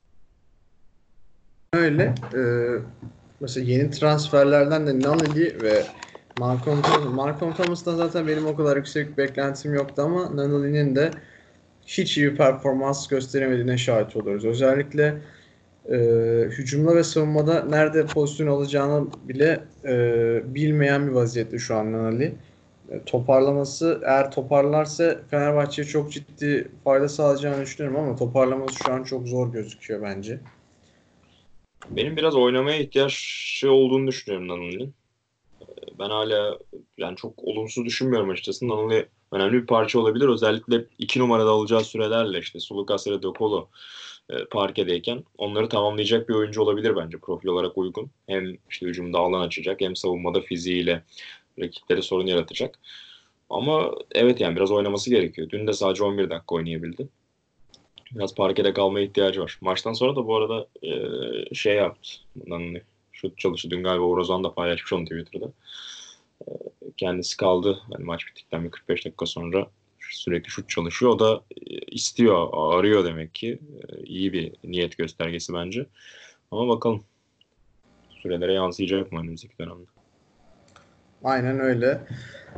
Öyle. Mesela yeni transferlerden de Nunnally ve Malcolm Thomas'tan zaten benim o kadar yüksek bir beklentim yoktu ama Nunnally'nin de hiç iyi bir performans gösteremediğine şahit oluyoruz. Özellikle e, hücumda ve savunmada nerede pozisyon alacağını bile bilmeyen bir vaziyette şu an Nunnally. Toparlaması, eğer toparlarsa Fenerbahçe'ye çok ciddi fayda sağlayacağını düşünüyorum ama toparlaması şu an çok zor gözüküyor bence. Benim biraz oynamaya ihtiyaçı olduğunu düşünüyorum Nanoli'nin. Ben hala yani çok olumsuz düşünmüyorum açıkçası. Nanoli önemli bir parça olabilir. Özellikle 2 numarada alacağı sürelerle işte Sulukas ve De Colo parkedeyken onları tamamlayacak bir oyuncu olabilir bence, profil olarak uygun. Hem işte hücumda alan açacak hem savunmada fiziğiyle rakiplere sorun yaratacak. Ama evet, yani biraz oynaması gerekiyor. Dün de sadece 11 dakika oynayabildi. Biraz parkede kalmaya ihtiyacı var. Maçtan sonra da bu arada şey yaptı. Nanoli şut çalıştı. Dün galiba Orozan da paylaşmış onu Twitter'da. Kendisi kaldı. Yani maç bittikten bir 45 dakika sonra sürekli şut çalışıyor. O da istiyor, arıyor demek ki. İyi bir niyet göstergesi bence. Ama bakalım sürelere yansıyacak mı önümüzdeki dönemde? Aynen öyle.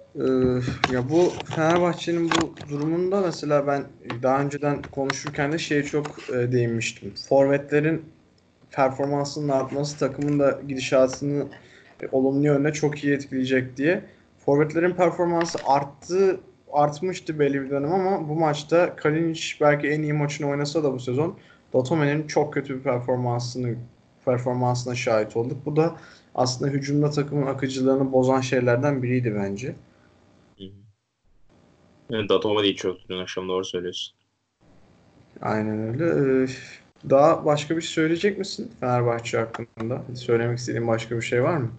Ee, Ya bu Fenerbahçe'nin bu durumunda mesela ben daha önceden konuşurken de şeye çok değinmiştim. Forvetlerin performansının artması takımın da gidişatını olumlu yönde çok iyi etkileyecek diye. Forvetlerin performansı artmıştı belli bir dönem ama bu maçta Kalinic belki en iyi maçını oynasa da bu sezon Datome'nin çok kötü bir performansına şahit olduk. Bu da aslında hücumda takımın akıcılığını bozan şeylerden biriydi bence. Hı hı. Evet, Datoma da hiç yoktu dün akşam, doğru söylüyorsun. Aynen öyle. Daha başka bir şey söyleyecek misin Fenerbahçe hakkında? Söylemek istediğin başka bir şey var mı?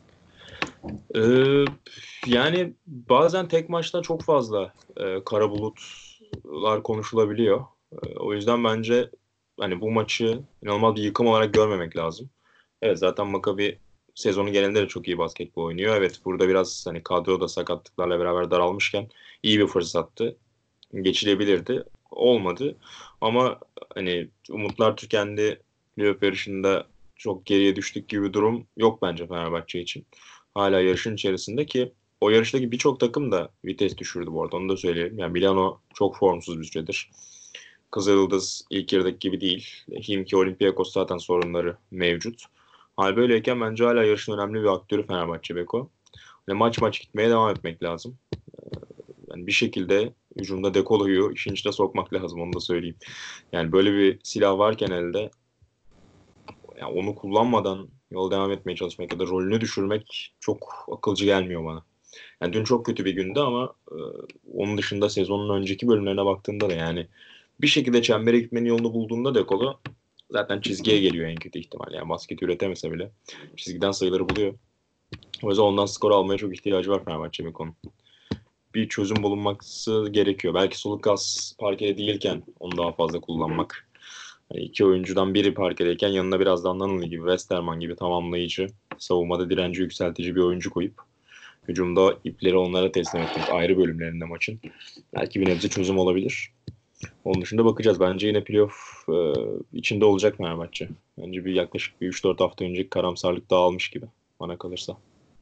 Ee, Yani bazen tek maçta çok fazla kara bulutlar konuşulabiliyor. O yüzden bence hani bu maçı normal bir yıkım olarak görmemek lazım. Evet, zaten Maccabi sezonu genelinde de çok iyi basketbol oynuyor. Evet, burada biraz hani kadro da sakatlıklarla beraber daralmışken iyi bir fırsattı. Geçilebilirdi. Olmadı. Ama hani umutlar tükendi. Playoff yarışında çok geriye düştük gibi bir durum yok bence Fenerbahçe için. Hala yarışın içerisinde ki o yarıştaki birçok takım da vites düşürdü bu arada. Onu da söyleyelim. Yani Milano çok formsuz bir süredir. Kızıldız ilk yarıdaki gibi değil. Himki Olympiakos zaten sorunları mevcut. Hal böyleyken bence hala yarışın önemli bir aktörü Fenerbahçe Beko. Ve maç maç gitmeye devam etmek lazım. Yani bir şekilde hücumda Dekolo'yu işin içine sokmak lazım, onu da söyleyeyim. Yani böyle bir silah varken elde, yani onu kullanmadan yol devam etmeye çalışmak ya da rolünü düşürmek çok akılcı gelmiyor bana. Yani dün çok kötü bir gündü ama onun dışında sezonun önceki bölümlerine baktığında da yani bir şekilde çembere gitmenin yolunu bulduğunda Dekolo zaten çizgiye geliyor en kötü ihtimal. Yani basket üretemese bile çizgiden sayıları buluyor. O yüzden ondan skor almaya çok ihtiyacı var Fenerbahçe Beko'nun. Bir çözüm bulunması gerekiyor. Belki Sulukas parkede değilken onu daha fazla kullanmak. Yani iki oyuncudan biri parkedeyken yanına biraz da Nunley gibi, Westerman gibi tamamlayıcı, savunmada direnci yükseltici bir oyuncu koyup hücumda ipleri onlara teslim etmek ayrı bölümlerinde maçın. Belki bir nebze çözüm olabilir. Onun dışında bakacağız. Bence yine playoff içinde olacak Fenerbahçe. Bence bir yaklaşık bir 3-4 hafta önceki karamsarlık dağılmış gibi bana kalırsa.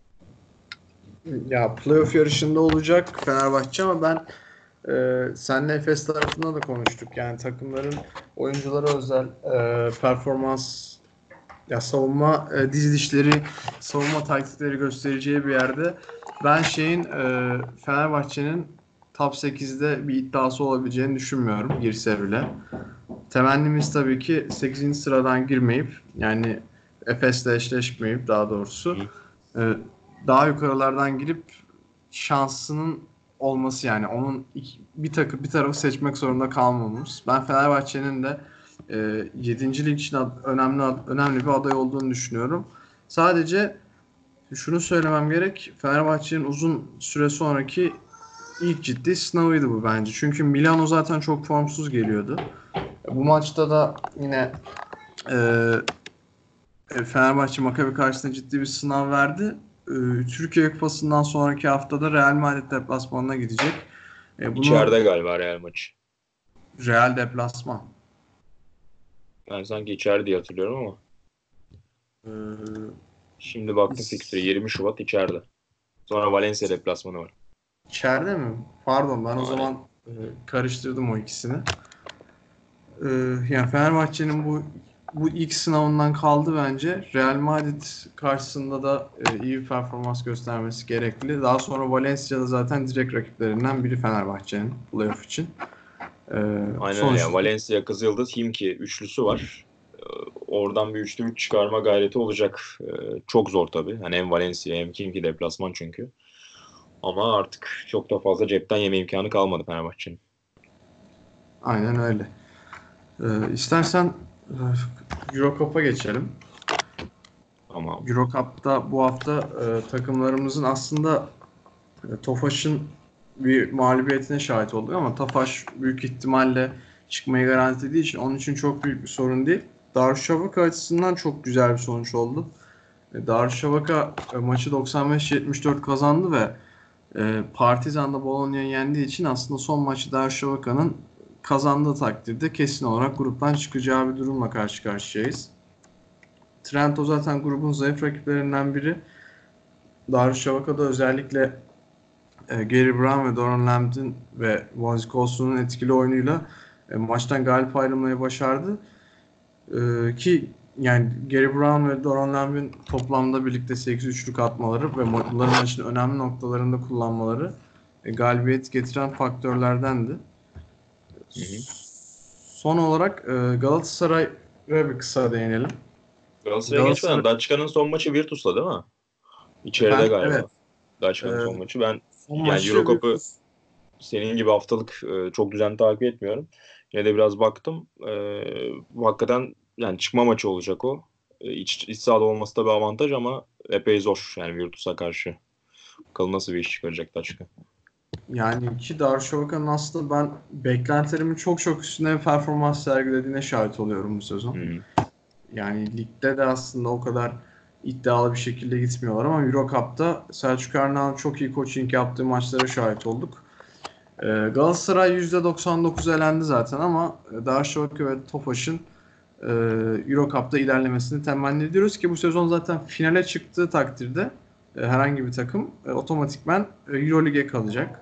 Ya playoff yarışında olacak Fenerbahçe ama ben senle Efes tarafında da konuştuk. Yani takımların oyunculara özel performans ya savunma dizilişleri, savunma taktikleri göstereceği bir yerde ben Fenerbahçe'nin top 8'de bir iddiası olabileceğini düşünmüyorum girse bile. Temennimiz tabii ki 8. sıradan girmeyip yani Efes'le eşleşmeyip daha doğrusu Hı. e, daha yukarılardan girip şansının olması yani bir tarafı seçmek zorunda kalmamamız. Ben Fenerbahçe'nin de 7. lig için önemli bir aday olduğunu düşünüyorum. Sadece şunu söylemem gerek. Fenerbahçe'nin uzun süre sonraki ilk ciddi sınavıydı bu bence. Çünkü Milano zaten çok formsuz geliyordu. Bu maçta da yine e, Fenerbahçe Maccabi karşısında ciddi bir sınav verdi. Türkiye Kupası'ndan sonraki haftada Real Madrid deplasmanına gidecek. Bunu İçeride galiba Real maçı. Real deplasman. Ben sanki içeride diye hatırlıyorum ama Ee, şimdi baktım fikstüre, is- 20 Şubat içeride. Sonra Valencia deplasmanı var. içeride mi? Pardon ben o Aynen. zaman karıştırdım o ikisini. Ee, Yani Fenerbahçe'nin bu ilk sınavından kaldı bence. Real Madrid karşısında da iyi bir performans göstermesi gerekli. Daha sonra Valencia'da zaten direkt rakiplerinden biri Fenerbahçe'nin playoff için. Aynen öyle. Yani Sonuçta Valencia, Kızıldız, Himki üçlüsü var. Oradan bir üçlü üç çıkarma gayreti olacak. Çok zor tabii. Hani hem Valencia hem Himki deplasman çünkü. Ama artık çok da fazla cepten yeme imkanı kalmadı Fenerbahçe'nin. aynen öyle. İstersen Euro Cup'a geçelim. Ama Euro Cup'ta bu hafta takımlarımızın aslında Tofaş'ın bir mağlubiyetine şahit olduk ama Tofaş büyük ihtimalle çıkmayı garantilediği için onun için çok büyük bir sorun değil. Darüşşafaka açısından çok güzel bir sonuç oldu. Darüşşafaka maçı 95-74 kazandı ve Partizan da Bologna'yı yendiği için aslında son maçı Darüşşafaka'nın kazandığı takdirde kesin olarak gruptan çıkacağı bir durumla karşı karşıyayız. Trento zaten grubun zayıf rakiplerinden biri. Darüşşafaka'da özellikle Gary Brown ve Doron Lamb'in ve Wojciech Olsun'un etkili oyunuyla maçtan galip ayrılmayı başardı. Ki yani Gary Brown ve Doron Lamb'in toplamda birlikte 8-3'lük atmaları ve bunların maçın önemli noktalarında kullanmaları galibiyet getiren faktörlerdendi. Hı hı. Son olarak Galatasaray'a bir kısa değinelim. Galatasaray'a geçmeden Daçka'nın son maçı Virtus'la değil mi? İçeride Ben galiba. evet. Daçka'nın son maçı. Ben Son yani maçı Eurocup'ı Virtus. senin gibi haftalık çok düzenli takip etmiyorum. Yine de biraz baktım. Hakikaten yani çıkma maçı olacak o. İç sahada olması da bir avantaj ama epey zor yani Virtus'a karşı. Bakalım nasıl bir iş çıkaracak Daçka. Yani ki Darüşşafaka'nın aslında ben beklentilerimin çok çok üstünde bir performans sergilediğine şahit oluyorum bu sezon. Hı. Yani ligde de aslında o kadar iddialı bir şekilde gitmiyorlar ama Eurocup'ta Selçuk Ernal'ın çok iyi coaching yaptığı maçlara şahit olduk. Galatasaray %99 elendi zaten ama Darüşşafaka ve Tofaş'ın Eurocup'ta ilerlemesini temenni ediyoruz ki bu sezon zaten finale çıktığı takdirde herhangi bir takım otomatikman Euroleague'e kalacak.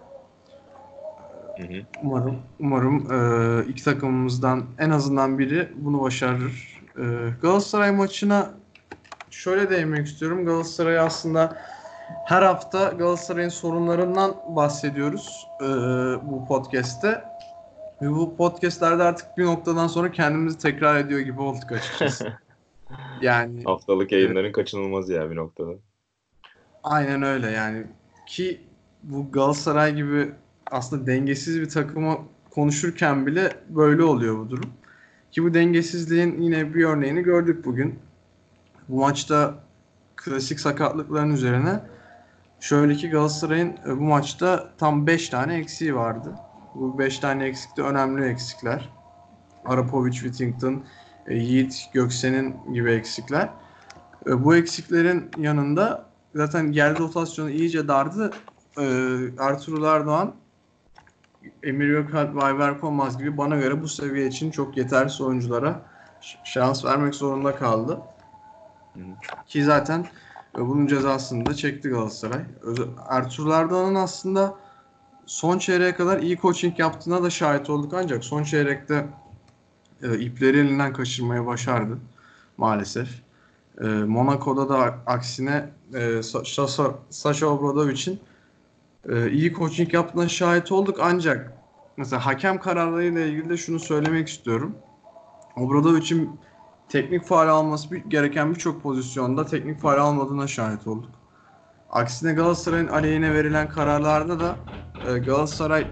Hı hı. Umarım iki takımımızdan en azından biri bunu başarır. Galatasaray maçına şöyle değinmek istiyorum. Galatasaray aslında her hafta Galatasaray'ın sorunlarından bahsediyoruz bu podcast'te. Ve bu podcast'lerde artık bir noktadan sonra kendimizi tekrar ediyor gibi olduk açıkçası. Yani Haftalık yayınların kaçınılmazı ya bir noktada. aynen öyle yani ki bu Galatasaray gibi aslında dengesiz bir takımı konuşurken bile böyle oluyor bu durum. Ki bu dengesizliğin yine bir örneğini gördük bugün. Bu maçta klasik sakatlıkların üzerine şöyle ki Galatasaray'ın bu maçta tam 5 tane eksiği vardı. Bu 5 tane eksik de önemli eksikler. Arapovic, Whittington, Yiğit, Göksen'in gibi eksikler. Bu eksiklerin yanında zaten yerli rotasyonu iyice dardı. Ertuğrul Erdoğan, Emir Gökalp ve Ayber Korkmaz gibi bana göre bu seviye için çok yetersiz oyunculara şans vermek zorunda kaldı. Hı hı. Ki zaten bunun cezasını da çekti Galatasaray. Ertuğrul Erdoğan'ın aslında son çeyreğe kadar iyi coaching yaptığına da şahit olduk ancak son çeyrekte ipleri elinden kaçırmaya başardı maalesef. Monaco'da da aksine Saša Obradovic'in iyi coaching yaptığına şahit olduk ancak mesela hakem kararlarıyla ilgili de şunu söylemek istiyorum. Obradovic'in teknik faul alması gereken birçok pozisyonda teknik faul almadığına şahit olduk. Aksine Galatasaray'ın aleyhine verilen kararlarda da Galatasaray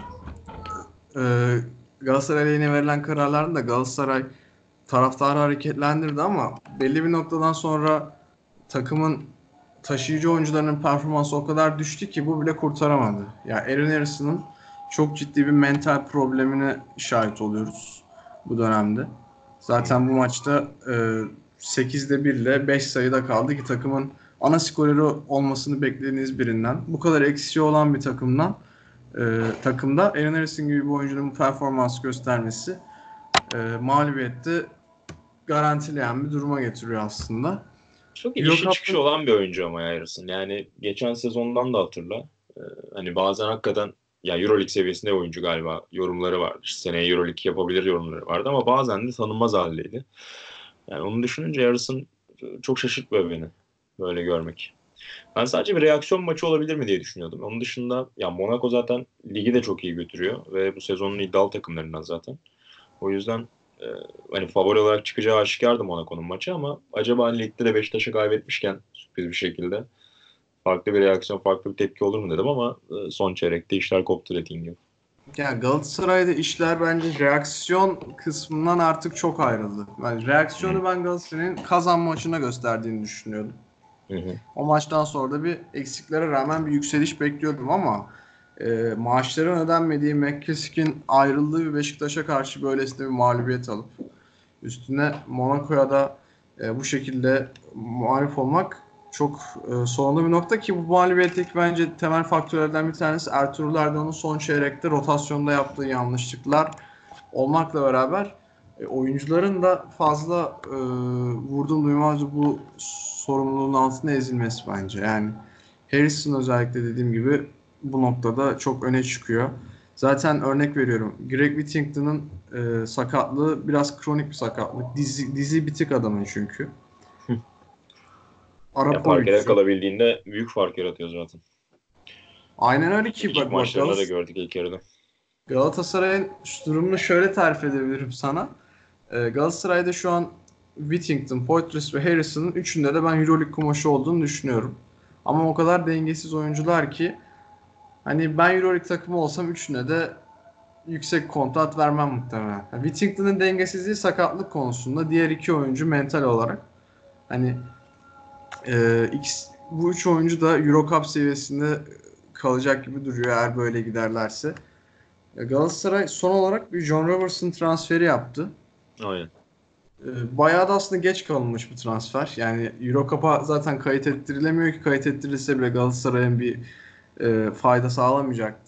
aleyhine verilen kararlarda da Galatasaray taraftarı hareketlendirdi ama belli bir noktadan sonra takımın taşıyıcı oyuncularının performansı o kadar düştü ki bu bile kurtaramadı. Yani Aaron Harrison'ın çok ciddi bir mental problemine şahit oluyoruz bu dönemde. Zaten bu maçta 8'de 1 ile 5 sayıda kaldı ki takımın ana skoreri olmasını beklediğiniz birinden. Bu kadar eksiği olan bir takımda Aaron Harrison gibi bir oyuncunun performans göstermesi mağlubiyette garantileyen bir duruma getiriyor aslında. Çok inişi çıkışı Eurocup'ın olan bir oyuncu ama Yarısın. Yani geçen sezondan da hatırla. Hani bazen hakikaten ya Euroleague seviyesinde oyuncu galiba yorumları vardı. İşte seneye Euroleague yapabilir yorumları vardı ama bazen de tanınmaz haldeydi. Yani onu düşününce Yarısın çok şaşırtmıyor beni böyle görmek. Ben sadece bir reaksiyon maçı olabilir mi diye düşünüyordum. Onun dışında ya Monaco zaten ligi de çok iyi götürüyor ve bu sezonun iddialı takımlarından zaten. O yüzden e, hani favori olarak çıkacağı aşikardı Monaco'nun maçı ama acaba ligde de Beşiktaş'ı kaybetmişken sürpriz bir şekilde farklı bir reaksiyon, farklı bir tepki olur mu dedim ama son çeyrekte işler koptu dediğin gibi. yani Galatasaray'da işler bence reaksiyon kısmından artık çok ayrıldı. Yani Hı reaksiyonu ben Galatasaray'ın kazan maçına gösterdiğini düşünüyordum. hı. O maçtan sonra da bir eksiklere rağmen bir yükseliş bekliyordum ama maaşların ödenmediği McKissick'in ayrıldığı bir Beşiktaş'a karşı böylesine bir mağlubiyet alıp üstüne Monaco'ya da bu şekilde mağlup olmak çok sorunlu bir nokta ki bu mağlubiyetteki bence temel faktörlerden bir tanesi Ertuğrul Erdoğan'ın son çeyrekte rotasyonda yaptığı yanlışlıklar olmakla beraber oyuncuların da fazla vurdum duymaz bu sorumluluğun altına ezilmesi bence. Yani Harrison özellikle dediğim gibi bu noktada çok öne çıkıyor. Zaten örnek veriyorum. Greg Whittington'ın sakatlığı biraz kronik bir sakatlık. Dizi bitik adamın çünkü. Ya Arap parkede oyuncusu. kalabildiğinde büyük fark yaratıyor zaten. Aynen öyle ki Küçük bak maçlarında da gördük ilk yarıda. Galatasaray'ın şu durumunu şöyle tarif edebilirim sana. Galatasaray'da şu an Whittington, Poitras ve Harrison'ın üçünde de ben Euroleague kumaşı olduğunu düşünüyorum. Ama o kadar dengesiz oyuncular ki hani ben Euroleague takımı olsam üçüne de yüksek kontrat vermem muhtemelen. Yani Whittington'ın dengesizliği sakatlık konusunda. Diğer iki oyuncu mental olarak. Hani bu üç oyuncu da Eurocup seviyesinde kalacak gibi duruyor eğer böyle giderlerse. Galatasaray son olarak bir John Robertson transferi yaptı. Aynen. Bayağı da aslında geç kalınmış bir transfer. Yani Eurocup'a zaten kayıt ettirilemiyor ki kayıt ettirilse bile Galatasaray'ın bir fayda sağlamayacaktı.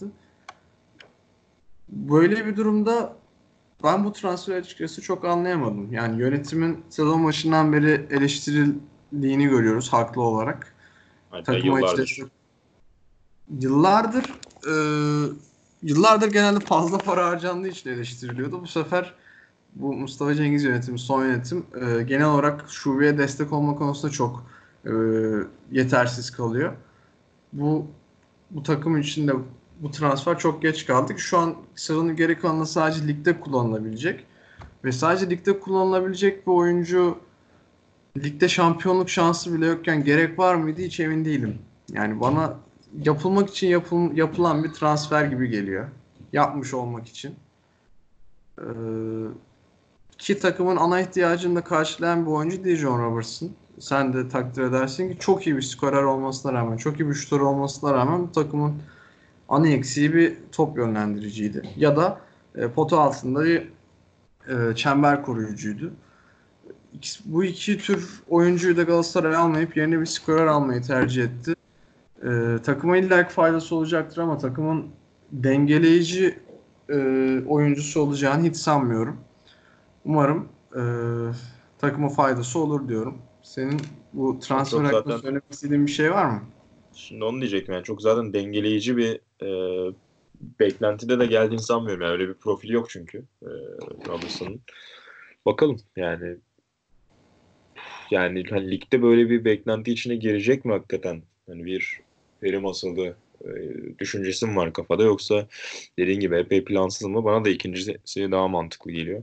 Böyle bir durumda ben bu transferi açıkçası çok anlayamadım. Yani yönetimin sezon başından beri eleştirildiğini görüyoruz haklı olarak. Hatta Takıma hiç yıllardır. destek yıllardır e, yıllardır genelde fazla para harcandığı için eleştiriliyordu. Bu sefer bu Mustafa Cengiz yönetimi, son yönetim genel olarak şubeye destek olma konusunda çok e, yetersiz kalıyor. Bu bu takım için de bu transfer çok geç kaldı ki şu an sezonun geri kalanında sadece ligde kullanılabilecek ve sadece ligde kullanılabilecek bir oyuncu ligde şampiyonluk şansı bile yokken gerek var mıydı hiç emin değilim. Yani bana yapılmak için yapılan bir transfer gibi geliyor. Yapmış olmak için. Ee, Ki takımın ana ihtiyacını da karşılayan bir oyuncu değil John Robertson. Sen de takdir edersin ki çok iyi bir skorer olmasına rağmen, çok iyi bir şutör olmasına rağmen bu takımın ana eksiği bir top yönlendiriciydi. Ya da pota altında bir çember koruyucuydu. Bu iki tür oyuncuyu da Galatasaray almayıp yerine bir skorer almayı tercih etti. Takıma illaki faydası olacaktır ama takımın dengeleyici oyuncusu olacağını hiç sanmıyorum. Umarım takıma faydası olur diyorum. Senin bu Yani transfer çok hakkında zaten söylemek istediğin bir şey var mı? şimdi onu diyecektim, yani çok zaten dengeleyici bir beklentide de geldiğini sanmıyorum. Yani öyle bir profili yok çünkü Robertson'ın. Bakalım yani hani ligde böyle bir beklenti içine girecek mi hakikaten? Hani bir peri masalı e, düşüncesi mi var kafada, yoksa dediğin gibi epey plansız mı? Bana da ikincisi daha mantıklı geliyor.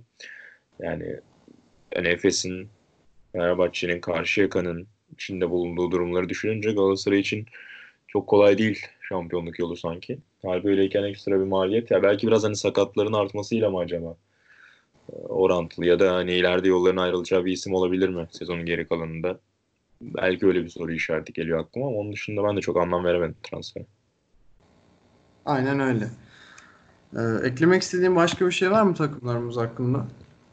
Yani Efes'in, Fenerbahçe'nin, Karşıyaka'nın içinde bulunduğu durumları düşününce Galatasaray için çok kolay değil şampiyonluk yolu sanki. Hal böyleyken ekstra bir maliyet. Ya belki biraz hani sakatların artmasıyla mı acaba orantılı, ya da hani ileride yolların ayrılacağı bir isim olabilir mi sezonun geri kalanında? Belki öyle bir soru işareti geliyor aklıma, ama onun dışında ben de çok anlam veremedim transfere. Aynen öyle. Eklemek istediğin başka bir şey var mı takımlarımız hakkında?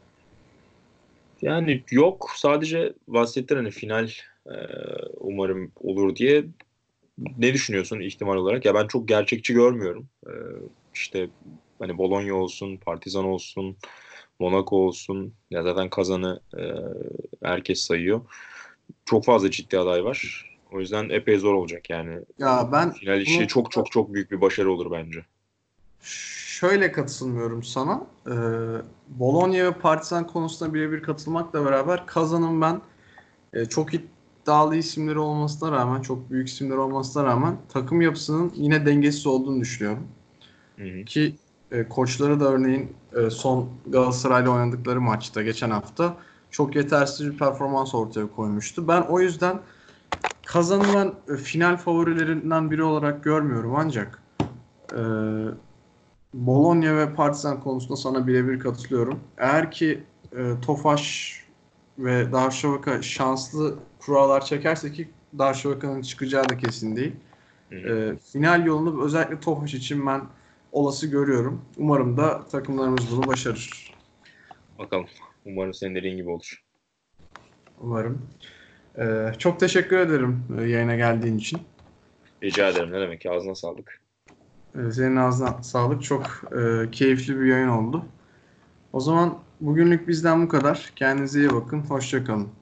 Yani yok, sadece bahsettiler hani final e, umarım olur diye. Ne düşünüyorsun ihtimal olarak? Ya ben çok gerçekçi görmüyorum. İşte hani Bologna olsun, Partizan olsun, Monaco olsun. Ya zaten Kazan'ı herkes sayıyor. Çok fazla ciddi aday var. O yüzden epey zor olacak yani. Ya ben Final işi bunu çok çok çok büyük bir başarı olur bence. şöyle katılmıyorum sana. Bologna ve Partizan konusunda birebir katılmakla beraber Kazan'ın ben çok iddialı isimleri olmasına rağmen, çok büyük isimler olmasına rağmen takım yapısının yine dengesiz olduğunu düşünüyorum. Hı hı. Ki koçları da örneğin son Galatasaray'la oynadıkları maçta geçen hafta çok yetersiz bir performans ortaya koymuştu. Ben o yüzden kazanılan final favorilerinden biri olarak görmüyorum ancak e, Bologna ve Partizan konusunda sana birebir katılıyorum. Eğer ki Tofaş ve Darüşşafaka şanslı kurallar çekerse ki Darüşşafaka'nın çıkacağı da kesin değil. Hı hı. Final yolunu özellikle Tofaş için ben olası görüyorum. Umarım da takımlarımız bunu başarır. Bakalım. Umarım senin dediğin gibi olur. Umarım. Çok teşekkür ederim yayına geldiğin için. Rica ederim. Ne demek? Ağzına sağlık. Senin ağzına sağlık. Çok keyifli bir yayın oldu. O zaman bugünlük bizden bu kadar. Kendinize iyi bakın. Hoşça kalın.